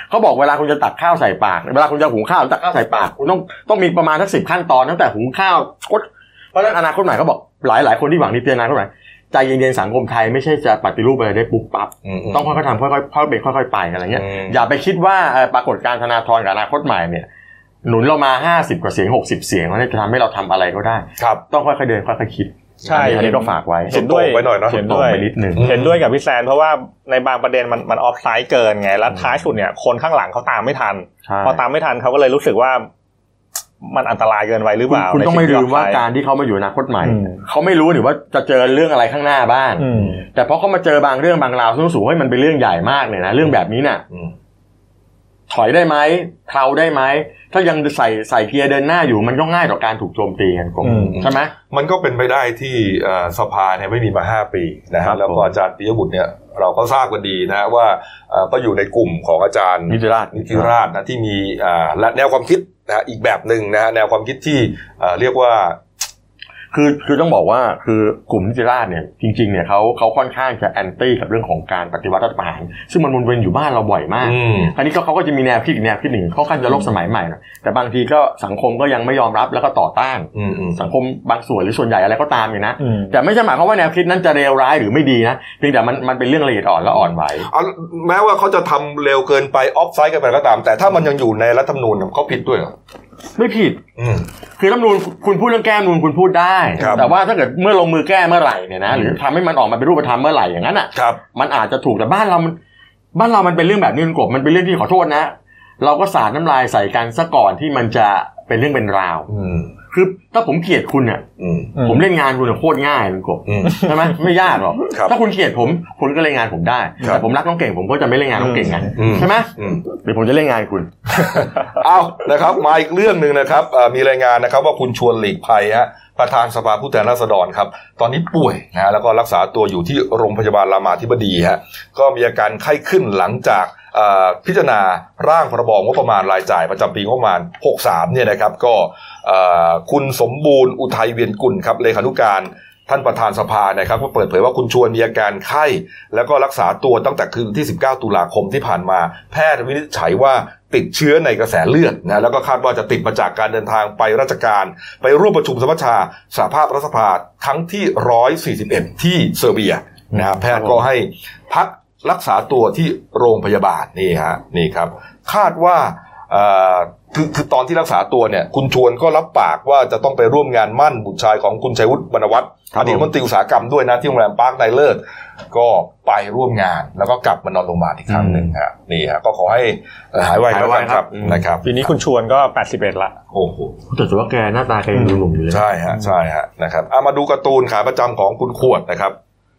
เขาบอกเวลาคุณจะตักข้าวใส่ปากเวลาคุณจะหุงข้าวตักข้าวใส่ปากคุณต้องมีประมาณสัก10ขั้นตอนตั้งแต่หุงข้าวเพราะฉะนั้นอนาคตใหม่เขาบอกหลายคนที่หวังดีเจออนาคตใหม่ใจเย็นๆสังคมไทยไม่ใช่จะปฏิรูปอะไรได้ปุ๊บปั๊บต้องค่อยๆทำค่อยๆเป็นค่อยๆไปอะไรเงี้ยอย่าไปคิดว่าปรากฏการณ์ธนาธรกับอนาคตใหม่เนี่ยหนุนเรามา50กว่าเสียง60เสียงแล้วจะทำให้เราทำอะไรก็ได้ต้องค่อยๆเดินค่อยๆคิดใช่อันนี้ต้องฝากไว้เห็นด้วยไปหน่อยเนาะเห็นด้วยนิดนึงเห็นด้วยกับพี่แซนเพราะว่าในบางประเด็นมันออฟไซด์เกินไงแล้วท้ายสุดเนี่ยคนข้างหลังเขาตามไม่ทันพอตามไม่ทันเขาก็เลยรู้สึกว่ามันอันตรายเกินไปหรือเปล่าคุณต้องไม่ลืมว่าการที่เขามาอยู่อนาคตใหม่เขาไม่รู้หรือว่าจะเจอเรื่องอะไรข้างหน้าบ้างแต่เพราะเขามาเจอบางเรื่องบางราวซึ่งรู้สึกว่ามันเป็นเรื่องใหญ่มากเลยนะเรื่องแบบนี้เนี่ยถอยได้ไหมเทาได้ไหมถ้ายังใส่เกียร์เดินหน้าอยู่มันก็ง่ายต่อการถูกโจมตีกันใช่ไหมมันก็เป็นไปได้ที่สภาเนี่ยไม่มีมา5ปีนะฮะแล้วก็อาจารย์ปิยบุตรเนี่ยเราก็ทราบกันดีนะว่าก็อยู่ในกลุ่มของอาจารย์นิติราชนะที่มีและแนวความคิดนะอีกแบบนึงนะแนวความคิดที่เรียกว่าคือต้องบอกว่าคือกลุ่มนิติราษฎร์เนี่ยจริงๆเนี่ยเขาค่อนข้างจะแอนตี้กับเรื่องของการปฏิวัติรัฐประหารซึ่งมันวนเวียนอยู่บ้านเราบ่อยมากอันนี้เขาก็จะมีแนวคิดอีกแนวคิดหนึ่งเขาค่อนข้างจะโลกสมัยใหม่นะแต่บางทีก็สังคมก็ยังไม่ยอมรับแล้วก็ต่อต้านสังคมบางส่วนหรือส่วนใหญ่อะไรก็ตามอยู่นะแต่ไม่ใช่หมายความว่าแนวคิดนั้นจะเลวร้ายหรือไม่ดีนะเพียงแต่มันเป็นเรื่องละเอียดอ่อนและอ่อนไหวแม้ว่าเขาจะทำเร็วเกินไปออฟไซด์กันไปก็ตามแต่ถ้ามันยังอยู่ในรัฐธรรมนูญเขาผิดด้วยเหรอไม่ผิดคือรัฐธรรมนูญคุณพูดเรื่องแก้รัฐธรรมนูญคุณพูดได้แต่ว่าถ้าเกิดเมื่อลงมือแก้เมื่อไหร่เนี่ยนะหรือทำให้มันออกมาเป็นรูปธรรมเมื่อไหร่อย่างนั้นอ่ะมันอาจจะถูกแต่บ้านเรามันเป็นเรื่องแบบนี้กบมันเป็นเรื่องที่ขอโทษนะเราก็สาดน้ำลายใส่กันซะก่อนที่มันจะเป็นเรื่องเป็นราวคือถ้าผมเกลียดคุณเนี่ยผมเล่นงานคุณโคตรง่ายมันกบใช่ไหมไม่ยากหรอกถ้าคุณเกลียดผมคุณก็เล่นงานผมได้แต่ผมรักน้องเก่งผมก็จะไม่เล่นงานน้องเก่งไงใช่ไหมเดี๋ยวผมจะเล่นงานคุณเอานะครับมาอีกเรื่องนึงนะครับมีรายงานนะครับว่าคุณชวนหลีกภัยฮะประธานสภาผู้แทนราษฎรครับตอนนี้ป่วยนะแล้วก็รักษาตัวอยู่ที่โรงพยาบาลรามาธิบดีฮะก็มีอาการไข้ขึ้นหลังจากพิจารณาร่างพรบงบประมาณรายจ่ายประจำปีงบประมาณ63เนี่ยนะครับก็คุณสมบูรณ์อุทัยเวียนกุลครับเลขานุการท่านประธานสภานะครับก็เปิดเผยว่าคุณชวนมีอาการไข้แล้วก็รักษาตัวตั้งแต่คืนที่19ตุลาคมที่ผ่านมาแพทย์วินิจฉัยว่าติดเชื้อในกระแสเลือดนะแล้วก็คาดว่าจะติดมาจากการเดินทางไปราชการไปร่วมประชุมสมัชชาสหภาพรัฐสภาครั้งที่141ที่เซอร์เบียนะแพทย์ก็ให้พักรักษาตัวที่โรงพยาบาลนี่ฮะนี่ครับคาดว่าคือตอนที่รักษาตัวเนี่ยคุณชวนก็รับปากว่าจะต้องไปร่วมงานมั่นบุตรชายของคุณชัยวุฒิวรรณวัฒน์อดีตรัฐมนตรีอุตสาหกรรมด้วยนะที่โรงแรมปาร์คไนเลิศก็ไปร่วมงานแล้วก็กลับมานอนโรงพยาบาลอีกครั้งหนึ่งฮะนี่ฮะก็ขอให้หายไวครับนะครับปีนี้คุณชวนก็81ละโอ้โหแต่ถือว่าแกหน้าตาแกยังดูหนุ่มอยู่เลยใช่ฮะนะครับมาดูการ์ตูนขาประจำของคุณขวดนะครับ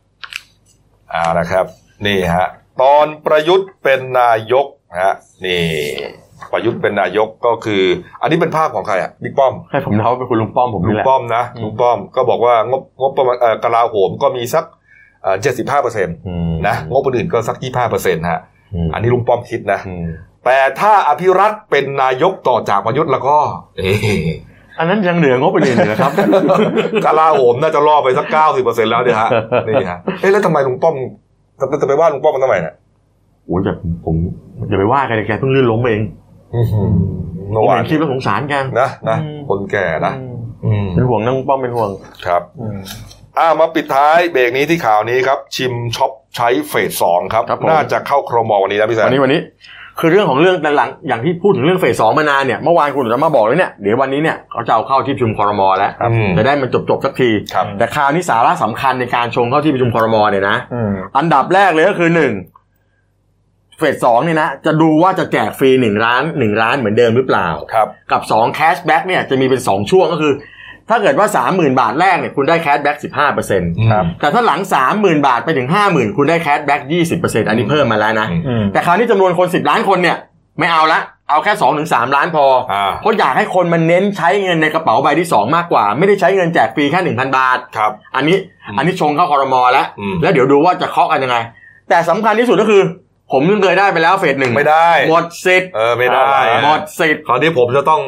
นะครับนี่ฮะตอนประยุทธ์เป็นนายกฮะนี่ประยุทธ์เป็นนายกก็คืออันนี้เป็นภาพของใครอ่ะบิ๊กป้อมให้ผมเดาเป็นคุณลุงป้อมผมนี่แหละลุงป้อมนะลุงป้อมก็บอกว่างบประมาณกลาโหมก็มีสัก75%นะงบอื่นก็สัก 25% ฮะอันนี้ลุงป้อมคิดนะแต่ถ้าอภิรัตน์เป็นนายกต่อจากประยุทธ์แล้วก็อันนั้นยังเหลืองบอื่นอยู่นะครับกลาโหมน่าจะล่อไปสัก 90% แล้วเนี่ยฮะนี่ฮะแล้วทำไมลุงป้อมจะไปว่าลุงป้อมมันทำไมเนี่ยโอ้ยแต่ผมอย่าไปว่าแกเพิ่งลื่นล้มเองผมเห็นคลิปแล้วสงสารแกนะคนแก่นะเป็นห่วงนะลุงป้อมเป็นห่วงครับมาปิดท้ายเบรกนี้ที่ข่าวนี้ครับชิมช็อปใช้เฟส2ครับน่าจะเข้าครม.วันนี้นะพี่แซมวันนี้คือเรื่องของเรื่องหลังอย่างที่พูดถึงเรื่องเฟส2มานานเนี่ยเมื่อวานคุณจะมาบอกเลยเนี่ยเดี๋ยววันนี้เนี่ยเขาจะเอาเข้าที่ประชุมครม.แล้วจะได้มันจบสักทีแต่คราวนี้สาระสำคัญในการชงเข้าที่ประชุมครม.เนี่ยนะอันดับแรกเลยก็คือ1เฟส2เนี่ยนะจะดูว่าจะแจกฟรี1ล้านเหมือนเดิมหรือเปล่ากับ2แคชแบ็กเนี่ยจะมีเป็น2ช่วงก็คือถ้าเกิดว่า 30,000 บาทแรกเนี่ยคุณได้แคชแบ็ก 15% ครับแต่ถ้าหลัง 30,000 บาทไปถึง 50,000 คุณได้แคชแบ็ก 20% อันนี้เพิ่มมาแล้วนะแต่คราวนี้จำนวนคน10ล้านคนเนี่ยไม่เอาละเอาแค่ 2-3 ล้านพอเพราะอยากให้คนมันเน้นใช้เงินในกระเป๋าใบที่2มากกว่าไม่ได้ใช้เงินแจกฟรีแค่ 1,000 บาทครับอันนี้ชงเข้าครม.แล้วเดี๋ยวดูว่าจะเคาะกันยังไงแต่สำคัญที่สุดก็คือผมเคยได้ไปแล้วเฟส1 ไม่ได้หมดสิทธิ์ไม่ได้หมดสิทธิ์คราวนี้ผมจะต้อง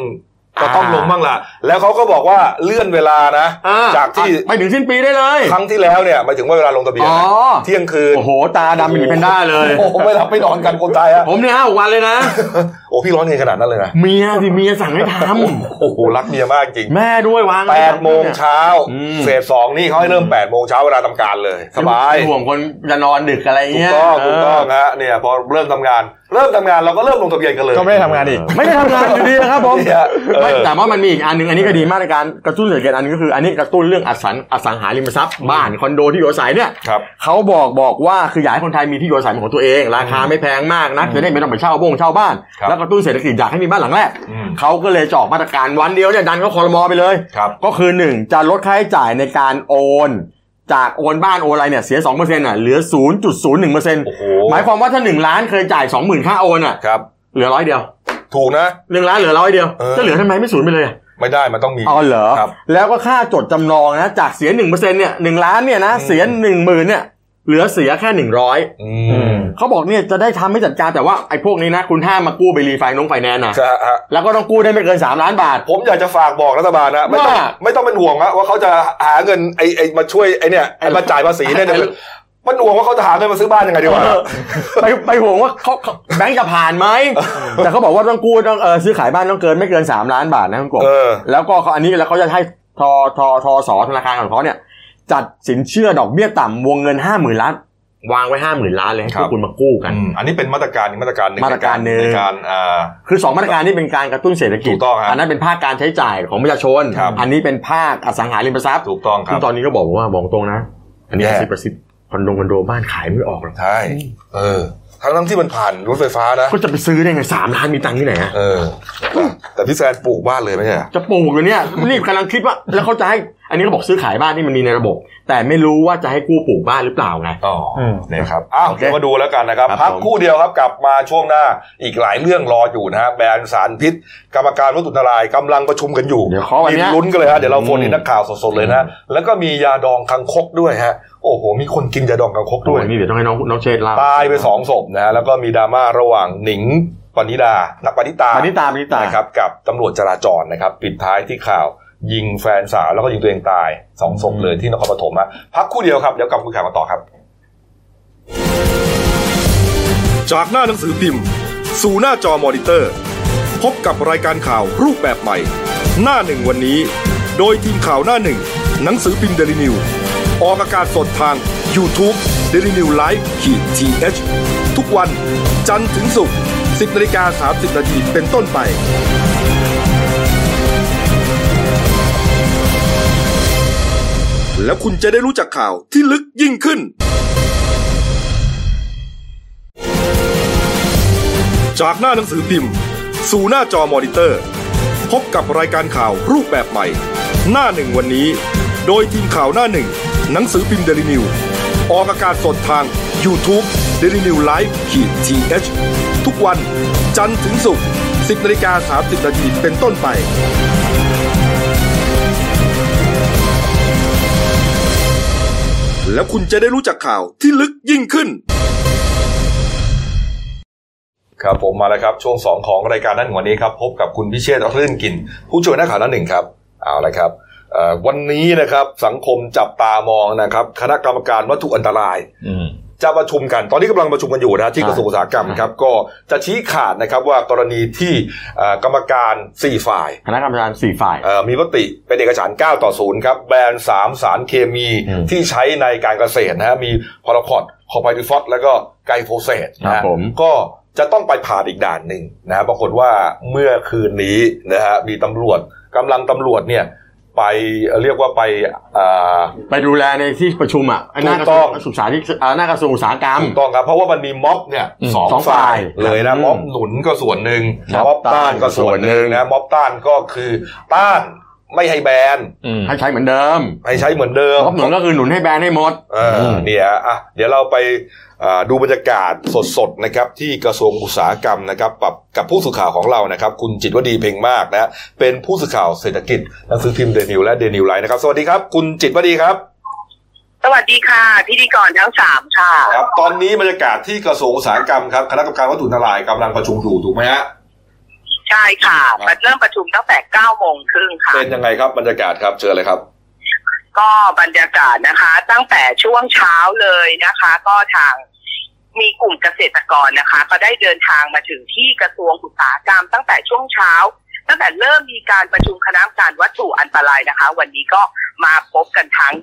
ก็ต้องลงบ้างล่ะแล้วเขาก็บอกว่าเลื่อนเวลานะจากที่ไปถึงสิ้นปีได้เลยครั้งที่แล้วเนี่ยหมายถึงว่าเวลาลงทะเบียนเที่ยงคืนโอ้โหตาดำเป็นแพนด้าเลยโอ้โหไม่หลับไม่นอนกันคนไทยอะผมเนี่ย5 วันเลยนะโอ้พี่ร้อนเงินขนาดนั้นเลยนะเมียสั่งให้ทำโอ้โหรักเมียมากจริงแม่ด้วยวาง 8 โมงเช้าเฟส 2นี่เขาให้เริ่ม8 โมงเช้าเวลาทำการเลยสบายห่วงคนจะนอนดึกอะไรเงี้ยถูกต้องฮะเนี่ยพอเริ่มทำงานเราก็เริ่มลงทะเบียนกันเลยก็ไม่ได้ทำงานอีกไม่ได้ทำงานอยู่ดีนะครับผมแต่ว่ามันมีอีกอันนึงอันนี้ก็ดีมาตรการกระตุ้นเศรษฐกิจอันนึงก็คืออันนี้กระตุ้นเรื่องอสังหาริมทรัพย์บ้านคอนโดที่อยู่อาศัยเนี่ยเขาบอกว่าคืออยากให้คนไทยมีที่อยู่อาศัยของตัวเองราคาไม่แพงมากนะจะได้ไม่ต้องไปเช่าบ้านแล้วกระตุ้นเศรษฐกิจอยากให้มีบ้านหลังแรกเขาก็เลยออกมาตรการวันเดียวเนี่ยดันเขาครม.ไปเลยก็คือ1จะลดค่าใช้จ่ายในการโอนจากโอนบ้านโอนอะไรเนี่ยเสีย 2% น่ะเหลือ 0.01% หมายความว่าถ้า1 ล้านเคยจ่าย 20,000 ค่าโอนอ่ะเหลือ100เดียวถูกนะ 1 ล้านเหลือ100เดียวจะเหลือทำไมไม่0ไปเลยไม่ได้มันต้องมีเหรอแล้วก็ค่าจดจำนองนะจากเสีย 1% เนี่ย1 ล้านเนี่ยนะเสีย 10,000 เนี่ยเหลือเสียแค่100เขาบอกเนี่ยจะได้ทำให้จัดการแต่ว่าไอ้พวกนี้นะคุณห้ามมากู้ไปรีไฟแนนซ์นะแล้วก็ต้องกู้ได้ไม่เกิน3 ล้านบาทผมอยากจะฝากบอกรัฐบาลนะไม่ต้องเป็นห่วงว่าเขาจะหาเงินไอ้มาช่วยไอ้เนี่ยไอ้มาจ่ายภาษีเนี่ยมันห่วงว่าเขาจะหาเงินมาซื้อบ้านยังไงดีวะไปห่วงว่าเขาแบงก์จะผ่านไหมแต่เขาบอกว่าต้องกู้ต้องซื้อขายบ้านต้องเกินไม่เกิน3 ล้านบาทนะคุณกบแล้วก็อันนี้แล้วเขาจะให้ทส.ธนาคารของเขาเนี่ยจัดสินเชื่อดอกเบี้ยต่ำวงเงิน 50,000 ล้านวางไว้ 50,000 ล้านเลยให้พวกคุณมากู้กันอันนี้เป็นมาตรการหนึ่งในการคือ2มาตรการนี้เป็นการกระตุ้นเศรษฐกิจอันนั้นเป็นภาคการใช้จ่ายของประชาชนอันนี้เป็นภาคอสังหาริมทรัพย์ถูกต้องครับตอนนี้ก็บอกตรงนะอันนี้10%คอนโดบ้านขายไม่ออกหรอกใช่ทั้งที่มันผ่านรถไฟฟ้านะก็จะไปซื้อได้ไง3 ล้านมีตังค์ที่ไหนแต่พี่แซนปลูกบ้านเลยไม่ใช่จะปลูกเลยเนี่ยรีบกำลังคิดว่าแล้วเขาจะให้อันนี้เขาบอกซื้อขายบ้านที่มันมีในระบบแต่ไม่รู้ว่าจะให้กู้ปลูกบ้านหรือเปล่าไงนะครับเดี๋ยวมาดูแล้วกันนะครับพักคู่เดียวครับกลับมาช่วงหน้าอีกหลายเรื่องรออยู่นะฮะแบนสารพิษกรรมการวัตถุอันตรายกำลังประชุมกันอยู่มีลุ้นกันเลยฮะเดี๋ยวเราโฟนอินนักข่าวสดๆเลยนะแล้วก็มียาดองคังคกด้วยฮะโอ้โหมีคนกินยาดองคังคกด้วยนี่เดี๋ยวต้องให้น้องเชษฐ์เล่าตายไป2 ศพนะแล้วก็มีดราม่าระหว่างหนิงปณิตานะครับกับตำรวจจราจรนะครับปิดท้ายที่ข่าวยิงแฟนสาวแล้วก็ยิงตัวเองตาย2 ศพเลยที่นครปฐมพักคู่เดียวครับเดี๋ยวกลับคุยข่าวมาต่อครับจากหน้าหนังสือพิมพ์สู่หน้าจอมอนิเตอร์พบกับรายการข่าวรูปแบบใหม่หน้าหนึ่งวันนี้โดยทีมข่าวหน้าหนึ่งหนังสือพิมพ์ Daily News ออกอากาศสดทาง YouTube Daily News Live-TH ทุกวันจันทร์ถึงศุกร์ 10:30 น.เป็นต้นไปแล้วคุณจะได้รู้จักข่าวที่ลึกยิ่งขึ้นจากหน้าหนังสือพิมพ์สู่หน้าจอมอนิเตอร์พบกับรายการข่าวรูปแบบใหม่หน้าหนึ่งวันนี้โดยทีมข่าวหน้าหนึ่งหนังสือพิมพ์ Daily News ออกอากาศสดทาง YouTube Daily News Live-TH ทุกวันจันทร์ถึงศุกร์ 10:30 น.เป็นต้นไปแล้วคุณจะได้รู้จักข่าวที่ลึกยิ่งขึ้นครับผมมาแล้วครับช่วง2ของรายการนั้นวันนี้ครับพบกับคุณพิเชษฐ์รื่นกินผู้ช่วยนักข่าวหน้าหนึ่งครับเอาละครับวันนี้นะครับสังคมจับตามองนะครับคณะกรรมการวัตถุอันตรายจะประชุมกันตอนนี้กำลังประชุมกันอยู่นะที่กระทรวงอุตสาหกรรมครับก็จะชี้ขาดนะครับว่ากรณีที่กรรมการ4ฝ่ายคณะกรรมการ4ฝ่ายมีมติเป็นเอกฉันท์9-0ครับแบน3 สารเคมีที่ใช้ในการเกษตรนะฮะมีพาราควอดคอร์ไพริฟอสแล้วก็ไกลโฟเซตนะก็จะต้องไปผ่านอีกด่านหนึ่งนะปรากฏว่าเมื่อคืนนี้นะฮะมีตำรวจเนี่ยไปเรียกว่าไปดูแลในที่ประชุมหน้ากระทรวงศึกษาที่หน้ากระทรวงอุตสาหกรรมถูกต้องครับเพราะว่ามันมีม็อบเนี่ย2 ฝ่ายเลยนะม็อบหนุนก็ส่วนหนึ่งม็อบต้านก็ส่วนหนึ่งนะม็อบต้านก็คือต้านไม่ให้แบนให้ใช้เหมือนเดิมม็อบหนุนก็คือหนุนให้แบนให้หมดเนี่ยเดี๋ยวเราไปดูบรรยากาศสดๆนะครับที่กระทรวงอุตสาหกรรมนะครับกับผู้สื่อข่าวของเรานะครับคุณจิตรวดีเพ็งมากนะเป็นผู้สื่อข่าวเศรษฐกิจหนังสือพิมพ์ Daily News และ Daily News Live นะครับสวัสดีครับคุณจิตรวดีครับสวัสดีค่ะพิธีกรทั้ง3ค่ะครับตอนนี้บรรยากาศที่กระทรวงอุตสาหกรรมครับคณะกรรมการวัตถุอันตรายกำลังประชุมอยู่ถูกไหมฮะใช่ค่ะเริ่มประชุมตั้งแต่ 9:30 น.ค่ะเป็นยังไงครับบรรยากาศครับเชิญเลยครับก็บรรยากาศนะคะตั้งแต่ช่วงเช้าเลยนะคะก็ทางมีกลุ่มเกษตรกรนะคะก็ได้เดินทางมาถึงที่กระทรวงอุตสาหกรรมตั้งแต่ช่วงเช้าตั้งแต่เริ่มมีการประชุมคณะกรรมการวัตถุอันตรายนะคะวันนี้ก็มาพบกันทั้ง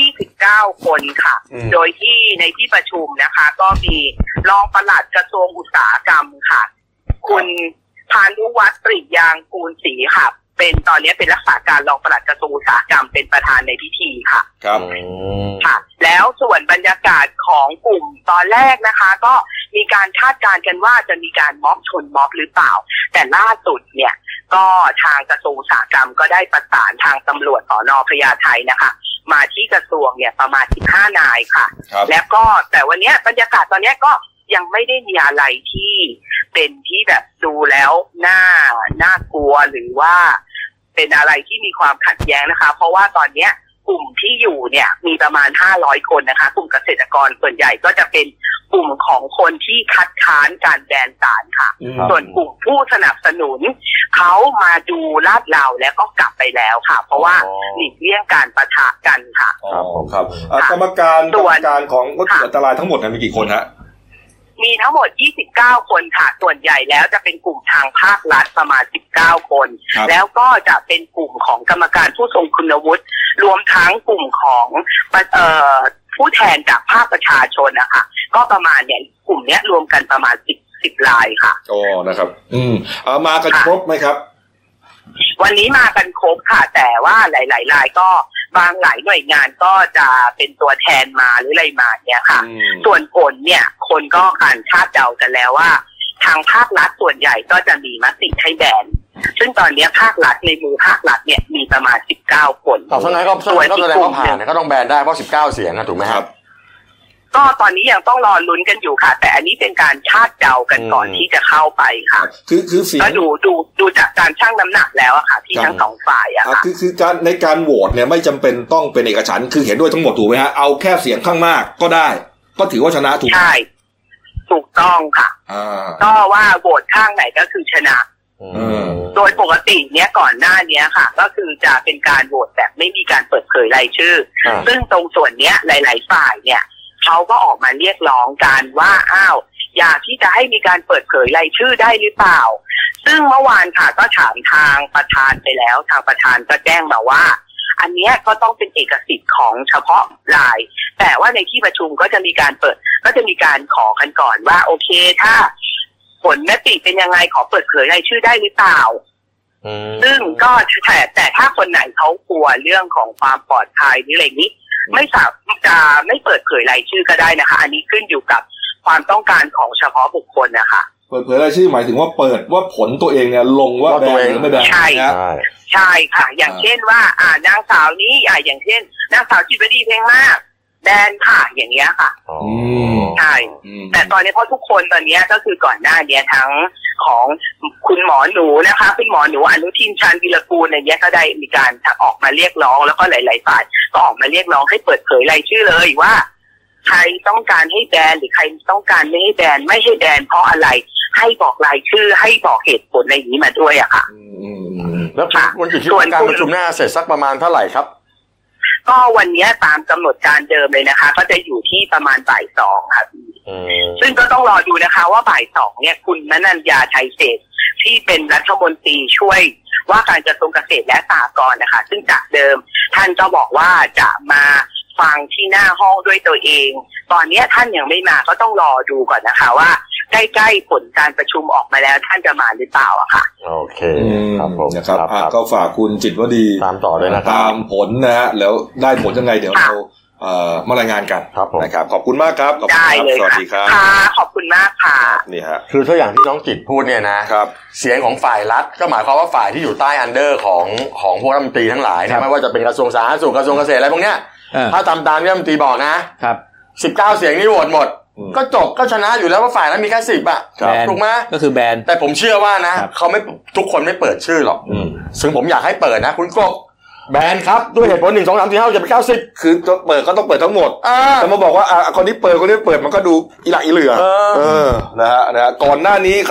29 คนค่ะโดยที่ในที่ประชุมนะคะก็มีรองปลัดกระทรวงอุตสาหกรรมค่ะคุณพานุวัฒน์ ปริยางกูลศรีค่ะเป็นตอนนี้เป็นรักษาการรองปลัดกระทรวงอุตสาหกรรมเป็นประธานในพิธีค่ะครับค่ะแล้วส่วนบรรยากาศของกลุ่มตอนแรกนะคะก็มีการคาดการณ์กันว่าจะมีการม็อบชนม็อบหรือเปล่าแต่ล่าสุดเนี่ยก็ทางกระทรวงอุตสาหกรรมก็ได้ประสานทางตำรวจสน.พญาไทนะคะมาที่กระทรวงเนี่ยประมาณ15 นายค่ะแล้วก็แต่วันนี้บรรยากาศตอนนี้ก็ยังไม่ได้มีอะไรที่เป็นที่แบบดูแล้วน่ากลัวหรือว่าเป็นอะไรที่มีความขัดแย้งนะคะเพราะว่าตอนนี้กลุ่มที่อยู่เนี่ยมีประมาณ500 คนนะคะกลุ่มเกษตรกรส่วนใหญ่ก็จะเป็นกลุ่มของคนที่คัดค้านการแบนสารค่ะส่วนกลุ่มผู้สนับสนุนเขามาดูลาดราวแล้วก็กลับไปแล้วค่ะเพราะว่าหลีกเลี่ยงการปะทะกันค่ะครับกรรมการของวัตถุอันตรายทั้งหมดมีกี่คนฮะมีทั้งหมด29 คนค่ะส่วนใหญ่แล้วจะเป็นกลุ่มทางภาครัฐประมาณ19 คนแล้วก็จะเป็นกลุ่มของกรรมการผู้ทรงคุณวุฒิรวมทั้งกลุ่มของผู้แทนจากภาคประชาชนนะคะก็ประมาณเนี่ยกลุ่มนี้รวมกันประมาณ10 รายค่ะนะครับมากันครบไหมครับวันนี้มากันครบค่ะแต่ว่าหลายๆรายก็บางหลายหน่วยงานก็จะเป็นตัวแทนมาหรืออะไรมาเนี่ยค่ะส่วนผลเนี่ยคนก็การคาดเดากันแล้วว่าทางภาครัฐส่วนใหญ่ก็จะมีมติให้แบนซึ่งตอนนี้ภาครัฐในมือภาครัฐเนี่ยมีประมาณ19 คนเพราะฉะนั้นก็แสดงว่าผ่านก็ต้องแบนได้เพราะ19 เสียงนะถูกไหมครับก็ตอนนี้ยังต้องรอลุ้นกันอยู่ค่ะแต่อันนี้เป็นการคาดเดากันก่อนที่จะเข้าไปค่ะคือเสียงก็ดูจากการชั่งน้ำหนักแล้วอะค่ะที่ทั้งสองฝ่ายอะค่ะคือการในการโหวตเนี่ยไม่จำเป็นต้องเป็นเอกฉันท์คือเห็นด้วยทั้งหมดถูกไหมฮะเอาแค่เสียงข้างมากก็ได้ก็ถือว่าชนะถูกใช่ถูกต้องค่ะก็ว่าโหวตข้างไหนก็คือชนะโดยปกติเนี้ยก่อนหน้านี้ค่ะก็คือจะเป็นการโหวตแบบไม่มีการเปิดเผยรายชื่อซึ่งตรงส่วนเนี้ยหลายๆฝ่ายเนี่ยเขาก็ออกมาเรียกร้องกันว่าอยากที่จะให้มีการเปิดเผยรายชื่อได้หรือเปล่าซึ่งเมื่อวานค่ะก็ถามทางประธานไปแล้วทางประธานก็แจ้งมาว่าอันเนี้ยก็ต้องเป็นเอกสิทธิ์ของเฉพาะรายแต่ว่าในที่ประชุมก็จะมีการขอกันก่อนว่าโอเคถ้าผลมติเป็นยังไงขอเปิดเผยรายชื่อได้หรือเปล่าซึ่งก็แต่ถ้าคนไหนเขากลัวเรื่องของความปลอดภัยหรืออะไรนี้ไม่สามารถจะไม่เปิดเผยรายชื่อก็ได้นะคะอันนี้ขึ้นอยู่กับความต้องการของเฉพาะบุคคลนะคะเปิดเผยรายชื่อหมายถึงว่าเปิดว่าผลตัวเองเนี่ยลงว่าแบนหรือไม่แบนใช่ใช่ค่ะอย่างเช่นว่านางสาวนี้อย่างเช่นนางสาวจิตวดีเพ่งมากแบนค่ะอย่างเงี้ยค่ะใช่แต่ตอนนี้เพราะทุกคนตอนนี้ก็คือก่อนหน้านี้ทั้งของคุณหมอหนูนะคะคุณหมอหนูอนุทินชาญวีรกูลอะไรเงี้ยก็ได้มีการออกมาเรียกร้องแล้วก็หลายๆฝ่ายก็ออกมาเรียกร้องให้เปิดเผยรายชื่อเลยว่าใครต้องการให้แบนหรือใครต้องการไม่ให้แบนไม่ให้แบนเพราะอะไรให้บอกรายชื่อให้บอกเหตุผลอะไรอย่างนี้มาด้วยอะค่ะแล้ววันที่การประชุมหน้าเสร็จสักประมาณเท่าไหร่ครับก็วันนี้ตามกำหนดการเดิมเลยนะคะก็จะอยู่ที่ประมาณบ่าย 2ค่ะซึ่งก็ต้องรอดูนะคะว่าบ่าย 2เนี่ยคุณณัญญา ชัยเศรษฐ์ที่เป็นรัฐมนตรีช่วยว่าการกระทรวงเกษตรและสหกรณ์นะคะซึ่งจากเดิมท่านก็บอกว่าจะมาฟังที่หน้าห้องด้วยตัวเองตอนนี้ท่านยังไม่มาก็ต้องรอดูก่อนนะคะว่าใกล้ๆผลการประชุมออกมาแล้วท่านจะมาหรือเปล่าอะค่ะโอเคครับผมนะครับก็ฝากคุณจิตวดีตามต่อด้วยนะครับตามผลนะฮะแล้วได้ผลยังไงเดี๋ยวเรามารายงานกันนะครับขอบคุณมากครับได้เลยสวัสดีครับค่ะขอบคุณมากค่ะนี่ฮะคือถ้าอย่างที่น้องจิตพูดเนี่ยนะครับเสียงของฝ่ายรัฐก็หมายความว่าฝ่ายที่อยู่ใต้อันเดอร์ของพวกรัฐมนตรีทั้งหลายนะไม่ว่าจะเป็นกระทรวงสาธารณสุขกระทรวงเกษตรอะไรพวกเนี้ยถ้าตามที่รัฐมนตรีบอกนะครับ19 เสียงนี่โหวตหมดก็จบก็ชนะอยู่แล้วว่าฝ่ายนั้นมีแค่10อ่ะถูกไหมก็คือแบนแต่ผมเชื่อว่านะเขาไม่ทุกคนไม่เปิดชื่อหรอกซึ่งผมอยากให้เปิดนะคุณกบแบนครับด้วยเหตุผล1 2 3 4 5 6 7 8 9 10 คือเปิดก็ต้องเปิดทั้งหมดแต่มาบอกว่าคนนี้เปิดคนนี้เปิดมันก็ดูอีหลักอีเหลือนะฮะก่อนหน้านี้ครับ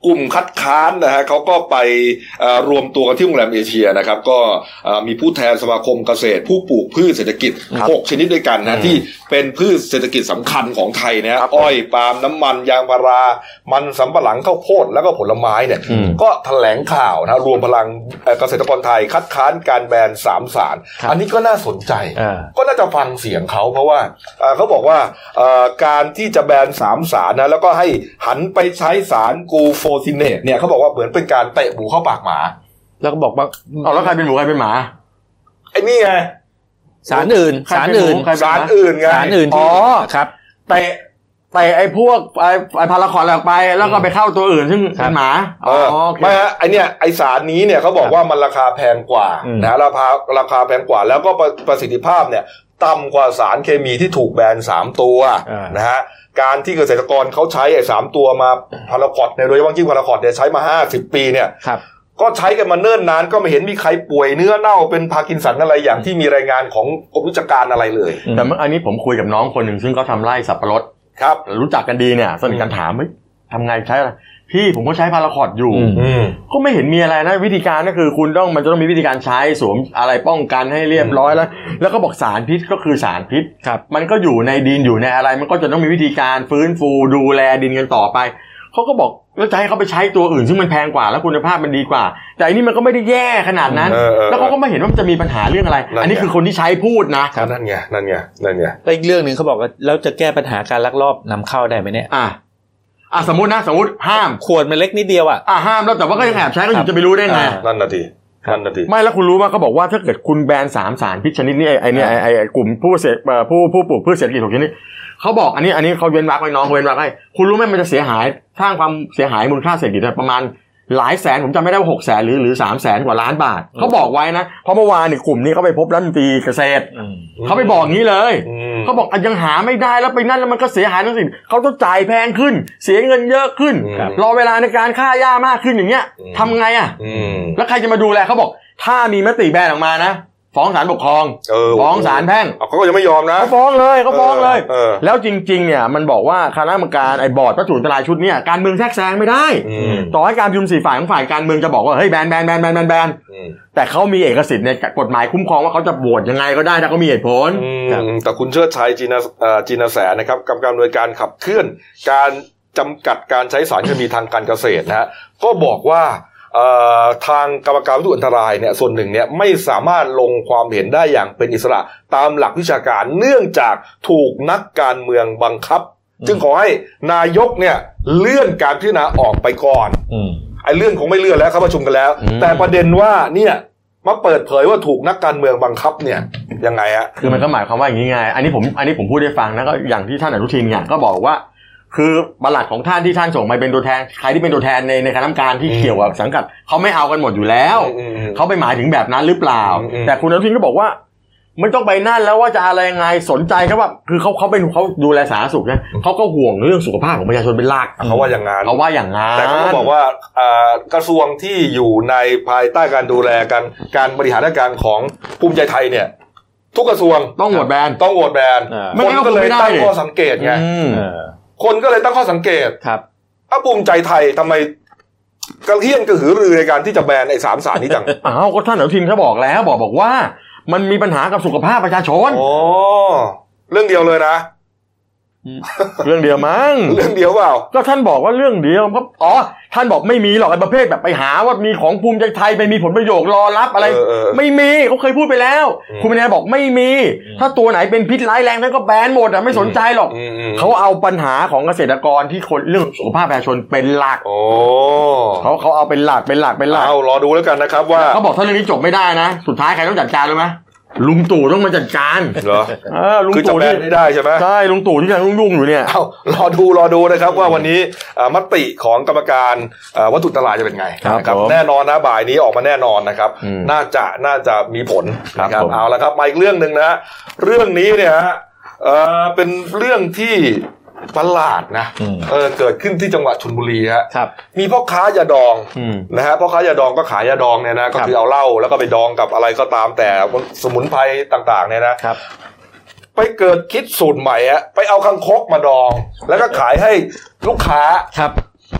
กลุ่มคัดค้านนะฮะเขาก็ไปรวมตัวกันที่โรงแรมเอเชียนะครับก็มีผู้แทนสมาคมเกษตรผู้ปลูกพืชเศรษฐกิจ6ชนิดด้วยกันนะที่เป็นพืชเศรษฐกิจสำคัญของไทยนะอ้อยปาล์มน้ำมันยางพารามันสำปะหลังข้าวโพดแล้วก็ผลไม้เนี่ยก็แถลงข่าวนะรวมพลังเกษตรกรไทยคัดค้านการแบน3 สารอันนี้ก็น่าสนใจก็น่าจะฟังเสียงเขาเพราะว่าเขาบอกว่าการที่จะแบน3 สารนะแล้วก็ให้หันไปใช้สารกูโฟซิเนตเนี่ยเขาบอกว่าเหมือนเป็นการเตะหมูเข้าปากหมาแล้วก็บอกว่าเอาแล้วใครเป็นหมูใครเป็นหมาไอ้นี่ไงสารอื่นไงสารอื่นที่ครับแต่ไอ้พวกไอ้พาราคอตออกไปแล้วก็ไปเข้าตัวอื่นซึ่งเป็นหมาไม่ฮะไอ้เนี่ยไอ้สารนี้เนี่ยเขาบอกว่ามันราคาแพงกว่านะราคาแพงกว่าแล้วก็ประสิทธิภาพเนี่ยต่ำกว่าสารเคมีที่ถูกแบน3 ตัวนะฮะการที่เกษตรกรเขาใช้ไอ้3 ตัวมาพาราคอตในโดยเฉพาะยิ่งพาราคอตเนี่ยใช้มา50 ปีเนี่ยก็ใช้กันมาเนิ่นนานก็ไม่เห็นมีใครป่วยเนื้อเน่าเป็นพาร์กินสันอะไรอย่างที่มีรายงานของกรมวิชาการอะไรเลยแต่อันนี้ผมคุยกับน้องคนหนึ่งซึ่งเขาทำไร่สับปะรดครับรู้จักกันดีเนี่ยสนิทกันถามเฮ้ยทำไงใช้อะไรพี่ผมก็ใช้พาราคอตอยู่ก็ไม่เห็นมีอะไรนะวิธีการก็คือคุณมันจะต้องมีวิธีการใช้สวมอะไรป้องกันให้เรียบร้อยแล้วก็บอกสารพิษก็คือสารพิษมันก็อยู่ในดินอยู่ในอะไรมันก็จะต้องมีวิธีการฟื้นฟูดูแลดินกันต่อไปเขาก็บอกแล้วจะให้เขาไปใช้ตัวอื่นซึ่งมันแพงกว่าแล้วคุณภาพมันดีกว่าแต่อันนี้มันก็ไม่ได้แย่ขนาดนั้นแล้วเขาก็ไม่เห็นว่ามันจะมีปัญหาเรื่องอะไรอันนี้คือคนที่ใช้พูดนะนั่นไงแล้วอีกเรื่องนึงเขาบอกว่าแล้วจะแก้ปัญหาการลักลอบนำเข้าได้ไหมเนี่ยสมมติห้ามขวดมันเล็กนิดเดียวห้ามแล้วแต่ว่าก็ยังแอบใช้ก็อยู่จะไปรู้ได้ไงนั่นน่ะทีไม่แล้วคุณรู้มั้ยเขาบอกว่าถ้าเกิดคุณแบน3 สารพิษชนิดนี้ไอ้เนี่ยไอ้กลุ่มผู้ปลูกพืชเศรษฐกิจ6 ชนิดเขาบอกอันนี้เขาเว้นวรรคไว้น้องเว้นวรรคให้คุณรู้ไหมมันจะเสียหายสร้างความเสียหายมูลค่าเศรษฐกิจประมาณหลายแสนผมจำไม่ได้ว่า600,000หรือ300,000 กว่าล้านบาทเขาบอกไว้นะเพราะเมื่อวานนี่กลุ่มนี้เขาไปพบรัฐมนตรีเกษตรเขาไปบอกงี้เลยเขาบอกยังหาไม่ได้แล้วไปนั่นแล้วมันก็เสียหายทั้งสิ้นเขาต้องจ่ายแพงขึ้นเสียเงินเยอะขึ้นรอเวลาในการฆ่าหญ้ามากขึ้นอย่างเงี้ยทำไงแล้วใครจะมาดูแลเขาบอกถ้ามีมติแบนออกมานะฟ้องศาลปกครองฟ้องศาลแพ่งเขาก็ยังไม่ยอมนะเขาฟ้องเลยแล้วจริงๆเนี่ยมันบอกว่าคณะกรรมการไอ้บอร์ดวัตถุอันตรายชุดนี้การเมืองแทรกแซงไม่ได้ต่อให้การประชุม4 ฝ่ายของฝ่ายการเมืองจะบอกว่าเฮ้ยแบนแต่เขามีเอกสิทธิ์ในกฎหมายคุ้มครองว่าเขาจะโหวตยังไงก็ได้ถ้าเขามีเหตุผลแต่คุณเชิดชัยจีนแสนะครับกรรมการหน่วยการขับเคลื่อนการจำกัดการใช้สารเคมีทางการเกษตรนะฮะก็บอกว่าทางกรรมการวัตถุอันตรายเนี่ยส่วนหนึ่งเนี่ยไม่สามารถลงความเห็นได้อย่างเป็นอิสระตามหลักวิชาการเนื่องจากถูกนักการเมืองบังคับจึงขอให้นายกเนี่ยเลื่อนการพิจารณาออกไปก่อนไอ้เรื่องคงไม่เลื่อนแล้วเขาประชุมกันแล้วแต่ประเด็นว่าเนี่ยมาเปิดเผยว่าถูกนักการเมืองบังคับเนี่ยยังไงฮะคือมันก็หมายความว่าอย่างนี้ไงอันนี้ผมพูดให้ฟังนะก็อย่างที่ท่านอนุทินเนี่ยก็บอกว่าคือปลัดของท่านที่ท่านส่งมาเป็นตัวแทนใครที่เป็นตัวแทนในคณะกรรมการที่เกี่ยวกับสังกัดเขาไม่เอากันหมดอยู่แล้วเขาไปหมายถึงแบบนั้นหรือเปล่าแต่คุณอนุทินก็บอกว่าไม่ต้องไปนั่นแล้วว่าจะอะไรยังไงสนใจครับว่าคือเขาดูแลสาธารณสุขนะเขาก็ห่วงเรื่องสุขภาพของประชาชนเป็นหลักเขาว่าอย่างนั้นแต่เขาบอกว่ากระทรวงที่อยู่ในภายใต้การดูแลการบริหารราชการของภูมิใจไทยเนี่ยทุกกระทรวงต้องโหวตแบนคนก็เลยตั้งข้อสังเกตไงคนก็เลยตั้งข้อสังเกตครับภูมิใจไทยทำไมกระเฮี้ยนกระหือรือในการที่จะแบนไอ้3 สารนี้จังก็ท่านอนุทินเขาบอกแล้วบอกว่ามันมีปัญหากับสุขภาพประชาชนเรื่องเดียวเลยนะเรื่องเดียวมั้งเรื่องเดียวเปล่าก็ท่านบอกว่าเรื่องเดียวครับท่านบอกไม่มีหรอกไอ้ประเภทแบบไปหาว่ามีของภูมิใจไทยไปมีผลประโยชน์รอรับอะไรไม่มีเขาเคยพูดไปแล้วคุณวินัยบอกไม่มีถ้าตัวไหนเป็นพิษร้ายแรงท่านก็แบนหมดไม่สนใจหรอกเขาเอาปัญหาของเกษตรกรที่คนเรื่องสุขภาพประชาชนเป็นหลักเขาเอาเป็นหลักเอารอดูแล้วกันนะครับว่าเขาบอกถ้าเรื่องนี้จบไม่ได้นะสุดท้ายใครต้องจัดการรู้ไหมลุงตู่ต้องมาจัดการเหรอลุงตู่นี่ได้ใช่ไหมใช่ลุงตู่ที่ยังยุ่งอยู่เนี่ยรอดูนะครับว่าวันนี้มติของกรรมการวัตถุอันตรายจะเป็นไงนะครับแน่นอนนะบ่ายนี้ออกมาแน่นอนนะครับน่าจะมีผลนะครับเอาละครับมาอีกเรื่องนึงนะเรื่องนี้เนี่ยเป็นเรื่องที่ประหลาดนะเกิดขึ้นที่จังหวัดชลบุรีฮะมีพ่อค้ายาดองนะฮะพ่อค้ายาดองก็ขายยาดองเนี่ยนะก็คือเอาเหล้าแล้วก็ไปดองกับอะไรก็ตามแต่สมุนไพรต่างๆเนี่ยนะไปเกิดคิดสูตรใหม่ไปเอาคังคกมาดองแล้วก็ขายให้ลูกค้า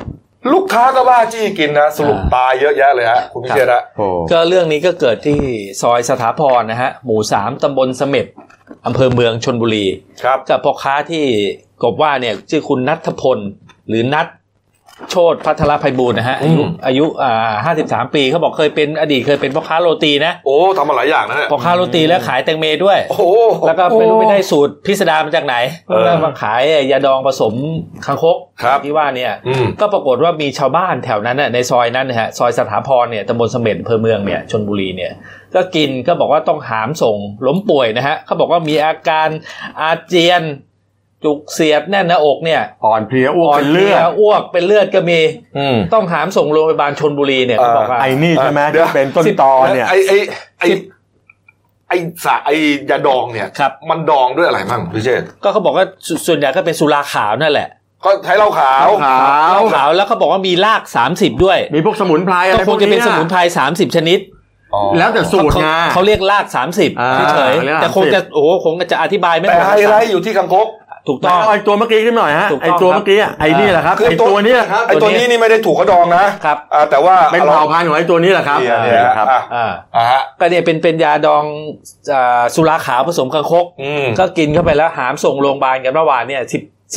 ลูกค้าก็บ้าจี้กินนะสรุปตายเยอะแยะเลยฮะคุณพิเชษฮะก็เรื่องนี้ก็เกิดที่ซอยสถาพรนะฮะหมู่3ตำบลเสม็ดอำเภอเมืองชลบุรีครับกับพ่อค้าที่กบว่าเนี่ยชื่อคุณณัฐพลหรือนัทโชติพัทรไพบูลย์นะฮะอายุ53 ปีเขาบอกเคยเป็นพ่อค้าโรตีนะโอ้ทำมาหลายอย่างนะพ่อค้าโรตีแล้วขายแตงเมด้วยโอ้แล้วก็ไม่รู้ไปได้สูตรพิสดารมาจากไหนแล้วมาขายยาดองผสมคางคกที่ว่าเนี่ยก็ปรากฏว่ามีชาวบ้านแถวนั้นน่ะในซอยนั้นนะฮะซอยสถาพรเนี่ยตำบลเสม็ดอำเภอเมืองเนี่ยชลบุรีเนี่ยก็กินก็บอกว่าต้องหามส่งล้มป่วยนะฮะเขาบอกว่ามีอาการอาเจียนจุกเสียดแน่นหน้าอกเนี่ยอ่อนเพลียอ้วกเป็นเลือดก็มีต้องหามส่งโรงพยาบาลชลบุรีเนี่ยเขาบอกว่าไอ้นี่ใช่ไหมที่เป็นต้นตอเนี่ยไอ้ยาดองเนี่ยมันดองด้วยอะไรบ้างพี่เชษก็เขาบอกว่าส่วนใหญ่ก็เป็นสุราขาวนั่นแหละก็ใช้เหล้าขาวแล้วเขาบอกว่ามีราก30ด้วยมีพวกสมุนไพรอะไรพวกนี้ก็คงจะเป็นสมุนไพร30ชนิดแล้วแต่สูตรไงเขาเรียกราก30เฉยๆแต่คงจะอธิบายไม่หมดแต่ไฮไลท์อยู่ที่คางคกถูกต้องไอ้ตัวเมื่อกี้ขึ้นหน่อยฮะไอ้ตัวเมื่อกี้ไอ้นี่แหละครับไอ้ตัวนี้ไอ้ตัวนี้นี่ไม่ได้ถูกเขาดองนะครับแต่ว่าเป็นเผ่าพันธุ์ของไอ้ตัวนี้แหละครับครับก็เนี่ยเป็นยาดองสุราขาวผสมคางคกก็กินเข้าไปแล้วหามส่งโรงพยาบาลกันเมื่อวานเนี่ย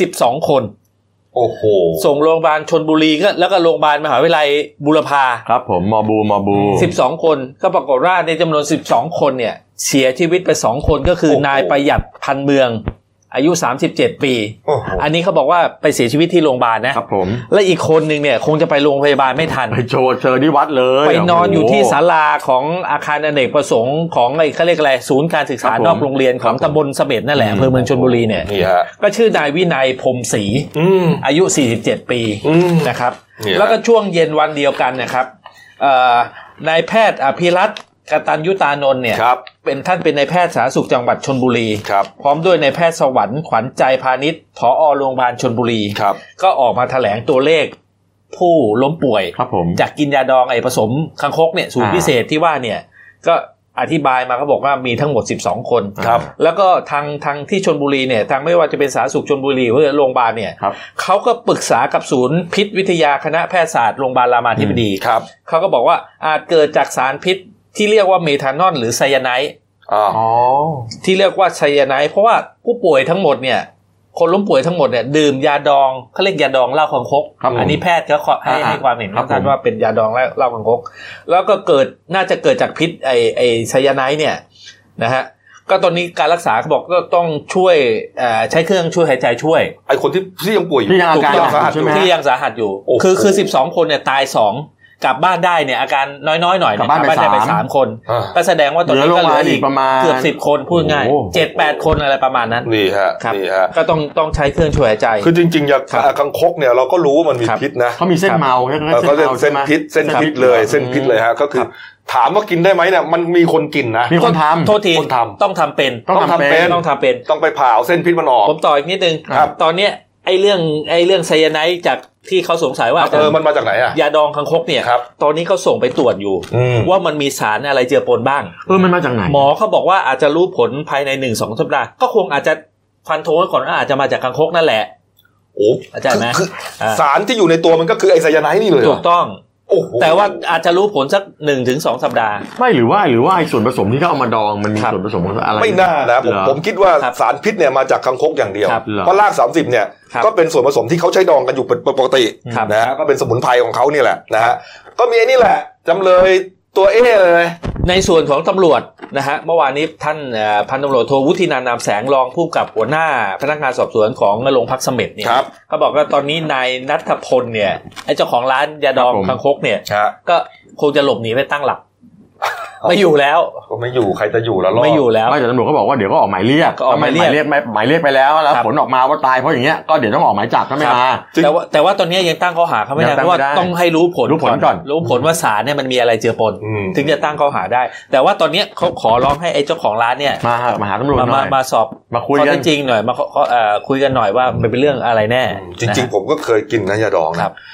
12 คนโอ้โหส่งโรงพยาบาลชลบุรีก็แล้วก็โรงพยาบาลมหาวิทยาลัยบูรพาครับผมมบู 12 คนก็ปรากฏว่าในจำนวน12 คนเนี่ยเสียชีวิตไป2 คนก็คือนายประหยัดพันเมืองอายุ37 ปีอันนี้เขาบอกว่าไปเสียชีวิตที่โรงพยาบาลนะครับผมและอีกคนนึงเนี่ยคงจะไปโรงพยาบาลไม่ทันไปโจอที่วัดเลยไปนอนอยู่ที่ศาลาของอาคารอเนกประสงค์ของไอ้เขาเรียกอะไรศูนย์การศึกษานอกโรงเรียนของตำบลเสม็ดนั่นแหละอำเภอเมืองชลบุรีเนี่ยก็ชื่อนายวินัยพรมศรีอายุ47 ปีนะครับแล้วก็ช่วงเย็นวันเดียวกันนะครับนายแพทย์อภิรัตน์กตัญญูตานนท์เนี่ยท่านเป็นนายแพทย์สาธารณสุขจังหวัดชลบุรีพร้อมด้วยนายแพทย์สวรรค์ขวัญใจพาณิชย์ผอ.โรงพยาบาลชลบุรีก็ออกมาแถลงตัวเลขผู้ล้มป่วยจากกินยาดองไอ้ผสมคางคกเนี่ยสูตรพิเศษที่ว่าเนี่ยก็อธิบายมาเขาบอกว่ามีทั้งหมด12 คนแล้วก็ทางที่ชลบุรีเนี่ยทางไม่ว่าจะเป็นสาธารณสุขชลบุรีหรือโรงพยาบาลเนี่ยเขาก็ปรึกษากับศูนย์พิษวิทยาคณะแพทยศาสตร์โรงพยาบาลรามาธิบดีเขาก็บอกว่าอาจเกิดจากสารพิษที่เรียกว่าเมทานอลหรือไซยาไนด์ที่เรียกว่าไซยาไนด์เพราะว่าผู้ป่วยทั้งหมดเนี่ยคนล้มป่วยทั้งหมดเนี่ยดื่มยาดองเขาเรียกยาดองเหล้าคางคกอันนี้แพทย์เขาให้ความเห็นกันว่าเป็นยาดองเหล้าคางคกแล้วก็น่าจะเกิดจากพิษไอไซยาไนด์เนี่ยนะฮะก็ตอนนี้การรักษาเขาบอกก็ต้องช่วยใช้เครื่องช่วยหายใจช่วยไอคนที่ยังป่วยอยู่ที่ยังอาการสาหัสที่ยังสาหัสอยู่คือ12 คนเนี่ยตาย2กลับบ้านได้เนี่ยอาการน้อยๆหน่อยกลับบ้านได้ไป3 คนก็แสดงว่าตอนนี้ก็เหลืออีกประมาณเกือบ10 คนพูดง่าย 7-8 คนอะไรประมาณนั้นนี่ฮะก็ต้องใช้เครื่องช่วยหายใจคือจริงๆยาคางคกเนี่ยเราก็รู้ว่ามันมีพิษนะเขามีเส้นเมาก็เส้นพิษเลยฮะก็คือถามว่ากินได้ไหมเนี่ยมันมีคนกินนะมีคนทำโทษทีต้องทำเป็นต้องไปผ่าเส้นพิษมันออกผมต่ออีกนิดนึงตอนเนี้ยไอ้เรื่องไซยาไนด์จากที่เขาสงสัยว่ามันมาจากไหนอะยาดองคางคกเนี่ยตอนนี้เขาส่งไปตรวจอยู่ว่ามันมีสารอะไรเจือปนบ้างมันมาจากไหนหมอเขาบอกว่าอาจจะรู้ผลภายใน 1-2 สัปดาห์ก็คงอาจจะฟันธงไว้ก่อนว่าอาจจะมาจากคางคกนั่นแหละโอ้อาจารย์นะสารที่อยู่ในตัวมันก็คือไอไซยาไนด์นี่เลยถูกต้องแต่ว่าอาจจะรู้ผลสัก 1-2 สัปดาห์ไม่หรือว่าไอ้ส่วนผสมที่เขาเอามาดองมันมีส่วนผสมอะไรไม่น่านะผมคิดว่าสารพิษเนี่ยมาจากคางคกอย่างเดียวเพราะราก30เนี่ยก็เป็นส่วนผสมที่เขาใช้ดองกันอยู่เป็นปกตินะฮะก็เป็นสมุนไพรของเขานี่แหละนะฮะก็มีไอ้นี่แหละจำเลยตัวเลยในส่วนของตำรวจนะฮะเมื่อวานนี้ท่านพันตำรวจโทวุฒินันท์นามแสงรองผู้กำกับหัวหน้าพนักงานสอบสวนของโรงพักเสม็ดเนี่ยเขาบอกว่าตอนนี้นายณัฐพลเนี่ยไอ้เจ้าของร้านยาดองคางคกเนี่ยก็คงจะหลบหนีไปตั้งหลักไม่อยู่แล้วก็ไม่อยู่ใครจะอยู่แล้วไม่อยู่แล้วแต่ตำรวจก็บอกว่าเดี๋ยวก็ออกหมายเรียกหมายเรียกไปแล้วผลออกมาว่าตายเพราะอย่างเงี้ยก็เดี๋ยวต้องออกหมายจับถ้าไม่มาแต่ว่าตอนนี้ยังตั้งข้อหาเขาไม่ได้เพราะว่าต้องให้รู้ผลก่อนรู้ผลว่าสารเนี่ยมันมีอะไรเจือปนถึงจะตั้งข้อหาได้แต่ว่าตอนนี้เขาขอร้องให้ไอ้เจ้าของร้านเนี่ยมาหาตำรวจหน่อยมาสอบมาคุยกันจริงหน่อยมาคุยกันหน่อยว่ามันเป็นเรื่องอะไรแน่จริงๆผมก็เคยกินนะยาดองนะ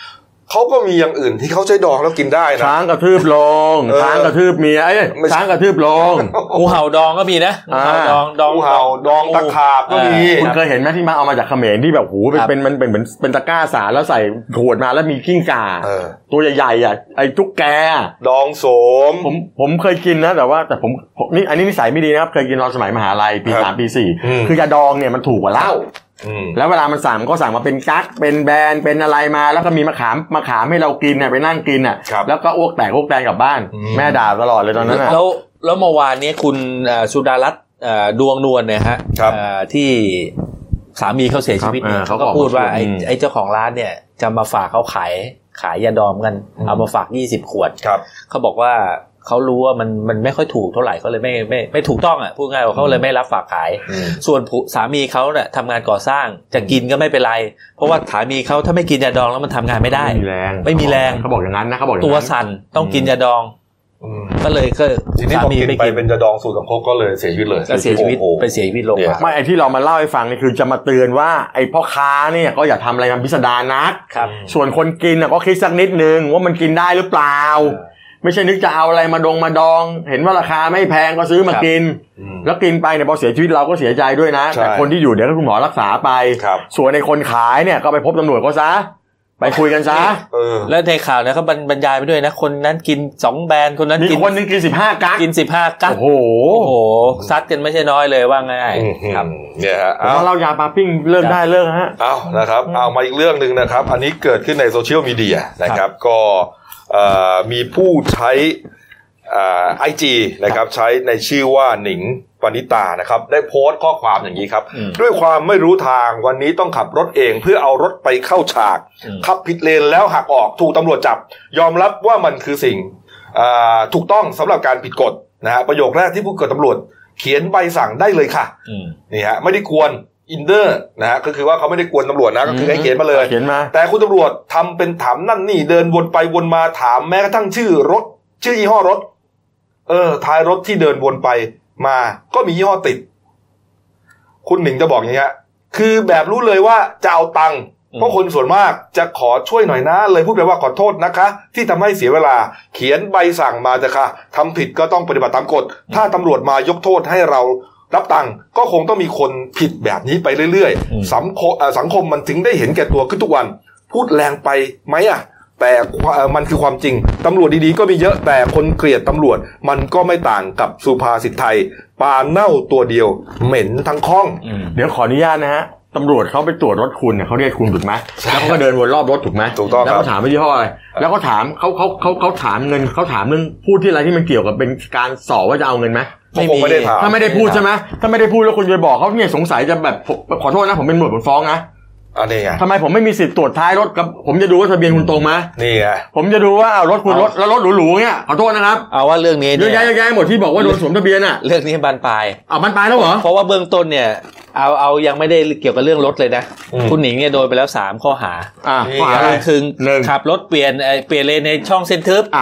เขาก็มีอย่างอื่นที่เขาใช้ดองแล้วกินได้นะช้างกระทืบลงช้างกระทืบเมียช้างกระทืบลงงูเห่าดองก็มีนะงูเห่าดองตะขาบก็มีคุณเคยเห็นไหมที่มาเอามาจากเขมรที่แบบหูเป็นเหมือนเป็นตะกร้าสารแล้วใส่ขวดมาแล้วมีกิ้งก่าตัวใหญ่ๆอ่ะไอ้ตุ๊กแกดองโสมผมเคยกินนะแต่ผมนี่อันนี้นิสัยไม่ดีนะครับเคยกินตอนสมัยมหาลัยปี3ปี4คือยาดองเนี่ยมันถูกกว่าเหล้าแล้วเวลามันสั่งก็สั่งมาเป็นกั๊กเป็นแบนเป็นอะไรมาแล้วก็มีมะขามให้เรากินเนี่ยไปนั่งกินอ่ะแล้วก็อ้วกแตกกลับบ้านแม่ด่าตลอดเลยตอนนั้นนะแล้วเมื่อวานนี้คุณสุดารัตน์ดวงนวลเนี่ยฮะที่สามีเขาเสียชีวิตเนี่ยเขาก็พูดว่าไอ้เจ้าของร้านเนี่ยจะมาฝากเขาขายยาดองกันเอามาฝาก20ขวดเขาบอกว่าเขารู้ว่ามันไม่ค่อยถูกเท่าไหร่เขาเลยไม่ถูกต้องอ่ะพูดง่ายว่าเขาเลยไม่รับฝากขายส่วนสามีเขาเนี่ยทำงานก่อสร้างจะกินก็ไม่เป็นไรเพราะว่าสามีเขาถ้าไม่กินยาดองแล้วมันทำงานไม่ได้ไม่มีแรงเขาบอกอย่างนั้นนะเขาบอกตัวสั่นต้องกินยาดองก็เลยสามีไม่กินเป็นยาดองสูตรของเขาก็เลยเสียชีวิตเลยก็เสียชีวิตไปเสียชีวิตลงไม่ไอ้ที่เรามาเล่าให้ฟังนี่คือจะมาเตือนว่าไอ้พ่อค้าเนี่ยก็อย่าทำอะไรกันพิสดารนักส่วนคนกินก็คิดสักนิดนึงว่ามันกินได้หรือเปล่าไม่ใช่นึกจะเอาอะไรมาดองเห็นว่าราคาไม่แพงก็ซื้อมากินแล้วกินไปเนี่ยพอเสียชีวิตเราก็เสียใจด้วยนะแต่คนที่อยู่เดี๋ยวก็คุณหมอรักษาไปส่วนในคนขายเนี่ยก็ไปพบตำรวจก็ซะไปคุยกันซะแล้วในข่าวเนี่ยเขาบรรยายไปด้วยนะคนนั้นกิน2แบรนด์คนนั้นกินคนนึงกิน15กั๊กกิน15กั๊กโอ้โหซัดกันไม่ใช่น้อยเลยว่าง่ายครับเนี่ยฮะเอาเรายาปาปิ้งเลิกได้เลิกฮะเอานะครับเอามาอีกเรื่องนึงนะครับอันนี้เกิดขึ้นในโซเชียลมีเดียนะครับก็มีผู้ใช้IG นะครับใช้ในชื่อว่าหนิงปณิตานะครับได้โพสต์ข้อความอย่างนี้ครับด้วยความไม่รู้ทางวันนี้ต้องขับรถเองเพื่อเอารถไปเข้าฉากขับผิดเลนแล้วหักออกถูกตำรวจจับยอมรับว่ามันคือสิ่งถูกต้องสำหรับการผิดกฎนะฮะประโยคแรกที่ผู้เกิดตำรวจเขียนใบสั่งได้เลยค่ะนี่ฮะไม่ได้กวนอินเดอร์นะฮะก็คือว่าเขาไม่ได้กวนตำรวจนะก็คือให้เขียนมาเลยแต่คุณตำรวจทำเป็นถามนั่นนี่เดินวนไปวนมาถามแม้กระทั่งชื่อรถชื่อยี่ห้อรถท้ายรถที่เดินวนไปมาก็มียี่ห้อติดคุณหนิงจะบอกอย่างเงี้ยคือแบบรู้เลยว่าจะเอาตังค์เพราะคนส่วนมากจะขอช่วยหน่อยนะเลยพูดไปว่าขอโทษนะคะที่ทำให้เสียเวลาเขียนใบสั่งมาเถอะค่ะทำผิดก็ต้องปฏิบัติตามกฎถ้าตำรวจมายกโทษให้เรารับตังค์ก็คงต้องมีคนผิดแบบนี้ไปเรื่อยๆสังคมมันถึงได้เห็นแก่ตัวขึ้นทุกวันพูดแรงไปไหมอ่ะแต่มันคือความจริงตำรวจดีๆก็มีเยอะแต่คนเกลียดตำรวจมันก็ไม่ต่างกับสุภาษิตไทยปลาเน่าตัวเดียวเหม็นทั้งคล้องเดี๋ยวขออนุญาตนะฮะตำรวจเขาไปตรวจรถคุณเนี่ยเขาเรียกคุณถูกไหมแล้วเขาก็เดินวนรอบรถถูกไหมถูกต้องแล้วก็ถามว่ายี่ห้ออะไรแล้วก็ถามเขาถามเงินเขาถามเรื่องพูดที่อะไรที่มันเกี่ยวกับเป็นการสอบว่าจะเอาเงินไหมไม่ได้ถามถ้าไม่ได้พูดใช่ไหมถ้าไม่ได้พูดแล้วคุณจะบอกเขาเนี่ยสงสัยจะแบบขอโทษนะผมเป็นตำรวจผมฟ้องนะอันนี้ไงทำไมผมไม่มีสิทธิ์ตรวจท้ายรถกับผมจะดูว่าทะเบียนคุณตรงไหมนี่ไงผมจะดูว่าเอารถคุณรถแล้วรถหรูๆเนี่ยขอโทษนะครับเอาว่าเรื่องนี้เยอะแยะหมดที่บอกว่าโดนสวมทะเบียนอ่ะเรื่องนี้บานปลายบานปลายแล้วเหรอเพราะว่าเบื้องต้นเนี่ยเอายังไม่ได้เกี่ยวกับเรื่องรถเลยนะคุณหนิงเนี่ยโดนไปแล้ว3ข้อหาข้อหาคือขับรถเปลี่ยนเลนในช่องเส้นทึบ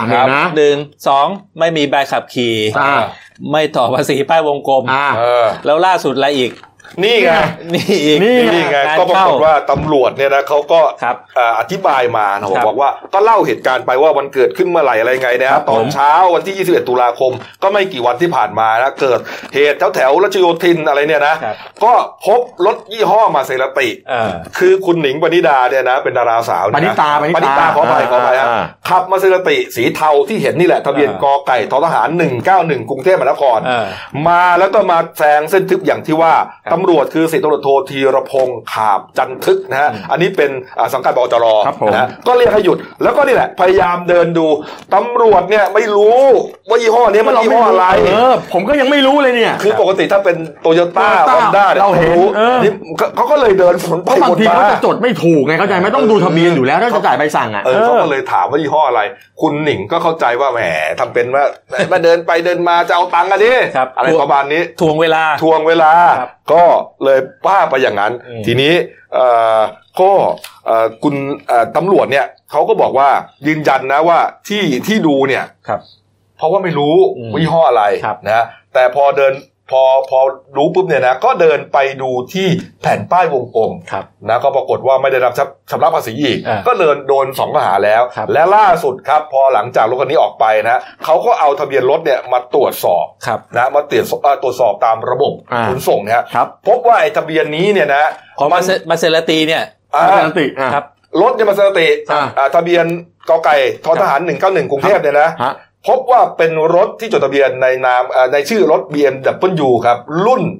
1 2ไม่มีใบขับขี่ไม่ต่อภาษีป้ายวงกลมแล้วล่าสุดอะไรอีกนี่ไงนี่ไงก็ปรากฏว่าตำรวจเนี่ยนะเขาก็อธิบายมาบอกว่าก็เล่าเหตุการณ์ไปว่าวันเกิดขึ้นเมื่อไหร่อะไรไงนะตอนเช้าวันที่21ตุลาคมก็ไม่กี่วันที่ผ่านมานะเกิดเหตุแถวรัชโยธินอะไรเนี่ยนะก็พบรถยี่ห้อมาเซราติคือคุณหนิงปณิดาเนี่ยนะเป็นดาราสาวปณิตาขอไปฮะขับมาเซราติสีเทาที่เห็นนี่แหละทะเบียนกไก่ททหาร191กรุงเทพมหานครมาแล้วก็มาแซงเส้นทึบอย่างที่ว่าตำรวจคือ10 ตำรวจโทธีรพงษ์ขาบจันทึกนะฮะอันนี้เป็นสังกัดบจร.นะก็เรียกให้หยุดแล้วก็นี่แหละพยายามเดินดูตำรวจเนี่ยไม่รู้ว่ายี่ห้อนี้มันยี่ห้ออะไรผมก็ยังไม่รู้เลยเนี่ยคือปกติถ้าเป็นโตโยต้าฮอนด้าเราเห็นนี่เขาก็เลยเดินผลไปบางทีเขาจะจดไม่ถูกไงเข้าใจไหมต้องดูทะเบียนอยู่แล้วถ้าจะจ่ายใบสั่งอ่ะเขาก็เลยถามว่ายี่ห้ออะไรคุณหนิงก็เข้าใจว่าแหมทำเป็นว่ามาเดินไปเดินมาจะเอาตังค์กันดิอะไรประมาณนี้ทวงเวลาก็เลยว่าไปอย่างนั้นทีนี้ก็คุณตำรวจเนี่ยเขาก็บอกว่ายืนยันนะว่าที่ดูเนี่ยเพราะว่าไม่รู้ยี่ห้ออะไรนะแต่พพอรู้ปุ๊บเนี่ยนะก็เดินไปดูที่แผ่นป้ายวงกลมนะก็ปรากฏว่าไม่ได้รับชำระภาษีอีกก็เลยโดน2 ข้อหาแล้วและล่าสุดครับพอหลังจากรถคันนี้ออกไปนะเขาก็เอาทะเบียนรถเนี่ยมาตรวจสอบนะมาตรวจสอบตามระบบขนส่งนะครับพบว่าไอ้ทะเบียนนี้เนี่ยนะของมาเซราตีเนี่ยครับรถเนี่ยมาเซราตีทะเบียนกไก่ททหาร191กรุงเทพเนี่ยนะพบว่าเป็นรถที่จดทะเบียนในนามในชื่อรถ BMW ครับรุ่น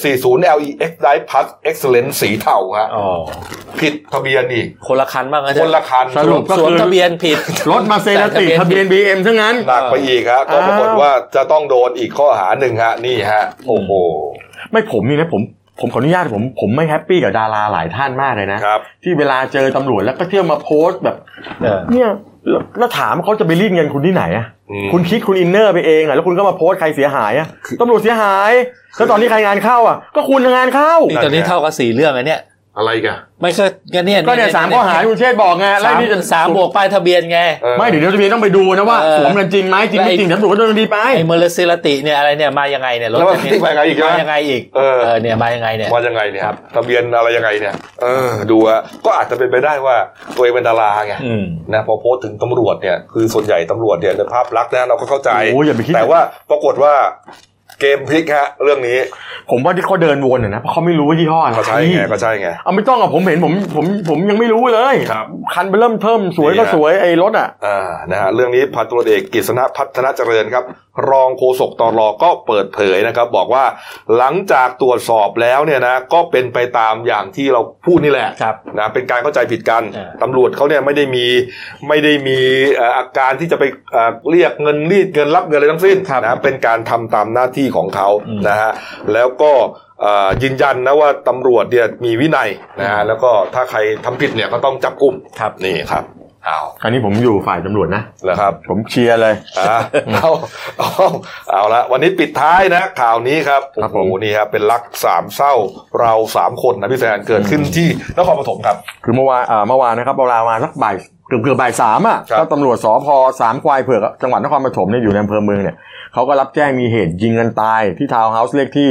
740 LEX Drive Plus Excellence สีเทาฮะผิดทะเบียนอีกคนละคันบ้างนะคนละคันสรุปก็คือทะเบียนผิดรถมาเซราติทะเบียน BM ทั้งนั้นหนักไปอีกฮะก็ปรากฏว่าจะต้องโดนอีกข้อหาหนึ่งฮะนี่ฮะโอ้โหไม่ผมนี่นะผมขออนุญาตผมไม่แฮปปี้กับดาราหลายท่านมากเลยนะที่เวลาเจอตำรวจแล้วก็เที่ยวมาโพสต์แบบเนี่ยแล้วถามเขาจะไปรีดเงินคุณที่ไหนอ่ะคุณคิดคุณอินเนอร์ไปเองอ่ะแล้วคุณก็มาโพสต์ใครเสียหายอ่ะตำรวจเสียหายแล้วตอนนี้ใครงานเข้าอ่ะก็คุณงานเข้าตอนนี้เท่ากับ4 เรื่องอันเนี้ยอะไรกันไม่ใช่กันเนี่ยก็เนี่ย3 ข้อหาคุณเชษบอกไงแล้วนี่3 บวกป้ายทะเบียนไงไม่เดี๋ยวทะเบียนต้องไปดูนะว่าสวมกันจริงไหมจริงไม่จริงตำรวจก็โดนดีไปไอ้เมอร์เซราติเนี่ยอะไรเนี่ยมายังไงเนี่ยรถที่มายังไงอีกเนี่ยมายังไงเนี่ยมายังไงเนี่ยทะเบียนอะไรยังไงเนี่ยดูอ่ะก็อาจจะเป็นไปได้ว่าตัวเองเป็นดาราไงนะพอโพสถึงตำรวจเนี่ยคือส่วนใหญ่ตำรวจเนี่ยในภาพลักษณ์นะเราก็เข้าใจแต่ว่าปรากฏว่าเกมพลิกฮะเรื่องนี้ผมว่าที่เขาเดินวนนะเพราะเขาไม่รู้ว่ายี่ห้ออะไรก็ใช่ไงเอาไม่ต้องอ่ะผมเห็นผมยังไม่รู้เลยคันไปเริ่มเทิมสวยก็สวยไอ้รถอ่ะนะฮะเรื่องนี้พันตำรวจเอกกฤษณะพัฒนาเจริญครับรองโฆษกตร.ก็เปิดเผยนะครับบอกว่าหลังจากตรวจสอบแล้วเนี่ยนะก็เป็นไปตามอย่างที่เราพูดนี่แหละนะเป็นการเข้าใจผิดกันตำรวจเขาเนี่ยไม่ได้มีอาการที่จะไปเรียกเงินรีดเงินรับเงินอะไรทั้งสิ้นนะเป็นการทำตามหน้าที่ของเขานะฮะแล้วก็ยืนยันนะว่าตำรวจเนี่ยมีวินัยนะฮะแล้วก็ถ้าใครทำผิดเนี่ยก็ต้องจับกุมนี่ครับคราวนี้ผมอยู่ฝ่ายตำรวจนะเหรอครับผมเชียร์เลยเอาละวันนี้ปิดท้ายนะข่าวนี้ครับโอ้โหนี่ครับเป็นรัก3เศร้าเรา3คนนะพี่แซนเกิดขึ้นที่นครปฐมครับคือเมื่อวานนะครับเวลามาสักบ่ายเกือบบ่าย 3อ่ะก็ตำรวจสภ3ควายเผือกจังหวัดนครปฐมเนี่ยอยู่ในอำเภอเมืองเนี่ยเขาก็รับแจ้งมีเหตุยิงกันตายที่ทาวน์เฮาส์เลขที่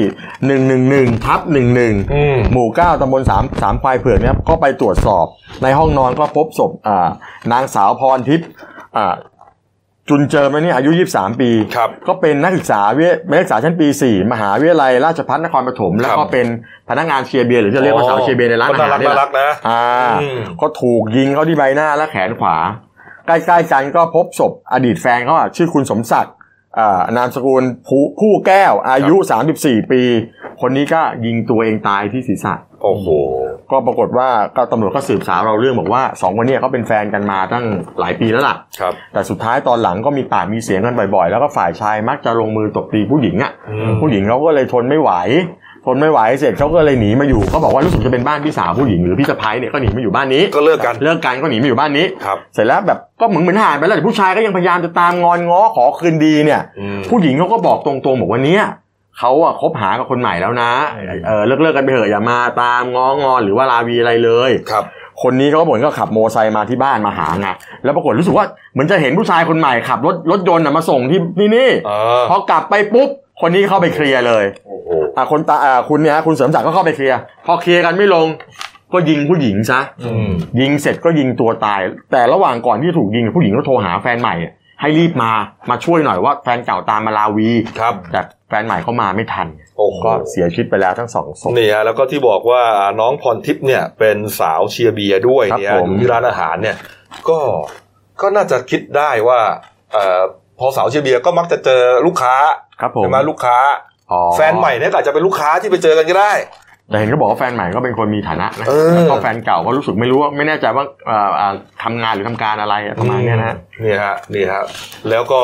111/11หมู่9ตำบล3ควายเผือกเนี่ยก็ไปตรวจสอบในห้องนอนก็พบศพนางสาวพรทิพย์จุนเจิมเนี่ยอายุ23 ปีก็เป็นนักศึกษาชั้นปี4มหาวิทยาลัยราชภัฏนครปฐมแล้วก็เป็นพนักงานเชียร์เบียร์หรือจะเรียกว่าสาวเชียร์เบียร์ในร้านอาหารนี่แหละก็ถูกยิงเข้าที่ใบหน้าและแขนขวาใกล้ๆกันก็พบศพอดีตแฟนเขาชื่อคุณสมศักดิ์นามสกุลผู้แก้วอายุ34 ปีคนนี้ก็ยิงตัวเองตายที่ศีรษะโอ้โหก็ปรากฏว่าก็ตำรวจก็สืบสาวเราเรื่องบอกว่า2คนนี้เขาเป็นแฟนกันมาตั้งหลายปีแล้วล่ะแต่สุดท้ายตอนหลังก็มีปากมีเสียงกันบ่อยๆแล้วก็ฝ่ายชายมักจะลงมือตบตีผู้หญิงผู้หญิงเขาก็เลยทนไม่ไหวเสร็จเขาก็เลยหนีมาอยู่เขาบอกว่ารู้สึกจะเป็นบ้านพี่สาวผู้หญิงหรือพี่สะใภ้เนี่ยก็หนีมาอยู่บ้านนี้ก็เลิกกันก็หนีมาอยู่บ้านนี้เสร็จแล้วแบบก็เหมือนห่างไปแล้วแต่ผู้ชายก็ยังพยายามจะตามงอนง้อขอคืนดีเนี่ยผู้หญิงเขาก็บอกตรงๆบอกว่าเนี่ยเขาคบหากับคนใหม่แล้วนะเลิกกันไปเถอะอย่ามาตามง้องอนหรือว่าลาวีอะไรเลยคนนี้เขาบอกก็ขับโมไซค์มาที่บ้านมาหาไงแล้วปรากฏรู้สึกว่าเหมือนจะเห็นผู้ชายคนใหม่ขับรถยนต์มาส่งที่นี่พอกลับไปปุ๊บคนนี้เข้าไปเคลียร์เลยคุณเนี่ยคุณเสริมศักดิ์ก็เข้าไปเคลียร์พอเคลียร์กันไม่ลงก็ยิงผู้หญิงซะยิงเสร็จก็ยิงตัวตายแต่ระหว่างก่อนที่ถูกยิงผู้หญิงก็โทรหาแฟนใหม่ให้รีบมาช่วยหน่อยว่าแฟนเก่าตามมาลาวีแต่แฟนใหม่เขามาไม่ทันก็เสียชีวิตไปแล้วทั้ง2 ศพนี่ฮะแล้วก็ที่บอกว่าน้องพรทิพย์เนี่ยเป็นสาวเชียร์เบียร์ด้วยเนี่ยอยู่ที่ร้านอาหารเนี่ยก็น่าจะคิดได้ว่าพอสาวเชียร์เบียร์ก็มักจะเจอลูกค้าใช่ไหมลูกค้าแฟนใหม่เนี่ยอาจจะเป็นลูกค้าที่ไปเจอกันก็ได้แต่เห็นก็บอกว่าแฟนใหม่ก็เป็นคนมีฐานะนะแล้วก็แฟนเก่าก็รู้สึกไม่รู้ว่าไม่แน่ใจว่าทำงานหรือทำการอะไรประมาณนี้นะนี่ฮะแล้วก็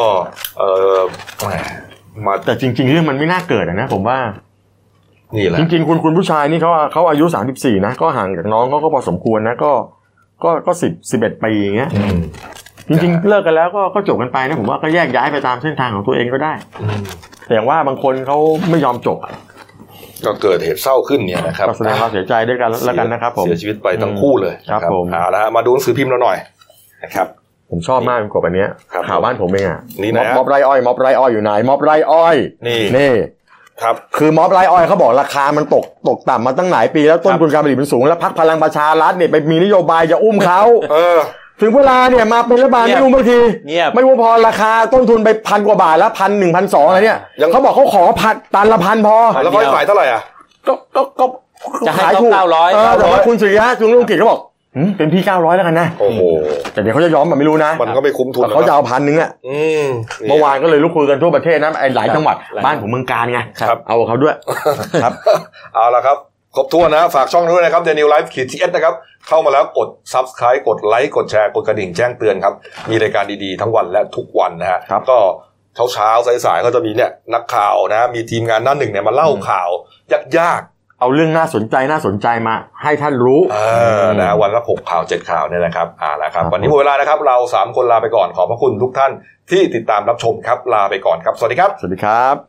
มาแต่จริงๆเรื่องมันไม่น่าเกิดนะผมว่านี่แหละจริงๆคุณผู้ชายนี่เขาอายุ34นะก็ห่างจากน้องก็พอสมควรนะก็11 ปีอย่างเงี้ยจริงๆเลิกกันแล้วก็จบกันไปนะผมว่าก็แยกย้ายไปตามเส้นทางของตัวเองก็ได้แต่อย่างว่าบางคนเขาไม่ยอมจบก็เกิดเหตุเศร้าขึ้นเนี่ยนะครับก็แสดงความเสียใจด้วยกันแล้วกันนะครับผมเสียชีวิตไปทั้งคู่เลยครับผมเอาละมาดูหนังสือพิมพ์เราหน่อยนะครับผมชอบมากกว่าอันนี้ข่าวบ้านผมเองอ่ะม็อบไร่อ้อยอยู่ไหนม็อบไร่อ้อยนี่ครับคือม็อบไร่อ้อยเขาบอกราคามันตกต่ำมาตั้งหลายปีแล้วต้นทุนการผลิตมันสูงแล้วพรรคพลังประชารัฐเนี่ยไปมีนโยบายจะอุ้มเขาถึงเวลาเนี่ยมาเป็นรัฐบาลไม่รู้บางทีไม่รู้พอราคาต้นทุนไป1,000 กว่าบาทแล้ว1,000-1,200อะไรเนี่ยเขาบอกเขาขอตันละ1,000พอแล้วเขาขายเท่าไหร่อ่ะก็จะให้เขา900 แต่ว่าคุณสุริยะจุลกิจเขาบอกเป็นพี่900แล้วกันนะโอ้โหแต่เดี๋ยวเขาจะย้อมแบบไม่รู้นะมันก็ไม่คุ้มทุนเขาจะเอา1,000อ่ะเมื่อวานก็เลยลุกคุยกันทั่วประเทศนะไอ้หลายจังหวัดบ้านผมเมืองการไงเอาเขาด้วยครับเอาละครับครบถ้วนนะฝากช่องด้วยนะครับ The New Life /TS นะครับเข้ามาแล้วกด Subscribe กดไลค์กดแชร์กดกระดิ่งแจ้งเตือนครับมีรายการดีๆทั้งวันและทุกวันนะฮะก็เช้าสายๆก็จะมีเนี่ยนักข่าวนะมีทีมงานหน้าหนึ่งเนี่ยมาเล่าข่าวยากเอาเรื่องน่าสนใจมาให้ท่านรู้นะวันละ6ข่าว7ข่าวเนี่ยนะครับแล้วครับวันนี้หมดเวลานะครับเรา3คนลาไปก่อนขอบพระคุณทุกท่านที่ติดตามรับชมครับลาไปก่อนครับสวัสดีครับสวัสดีครับ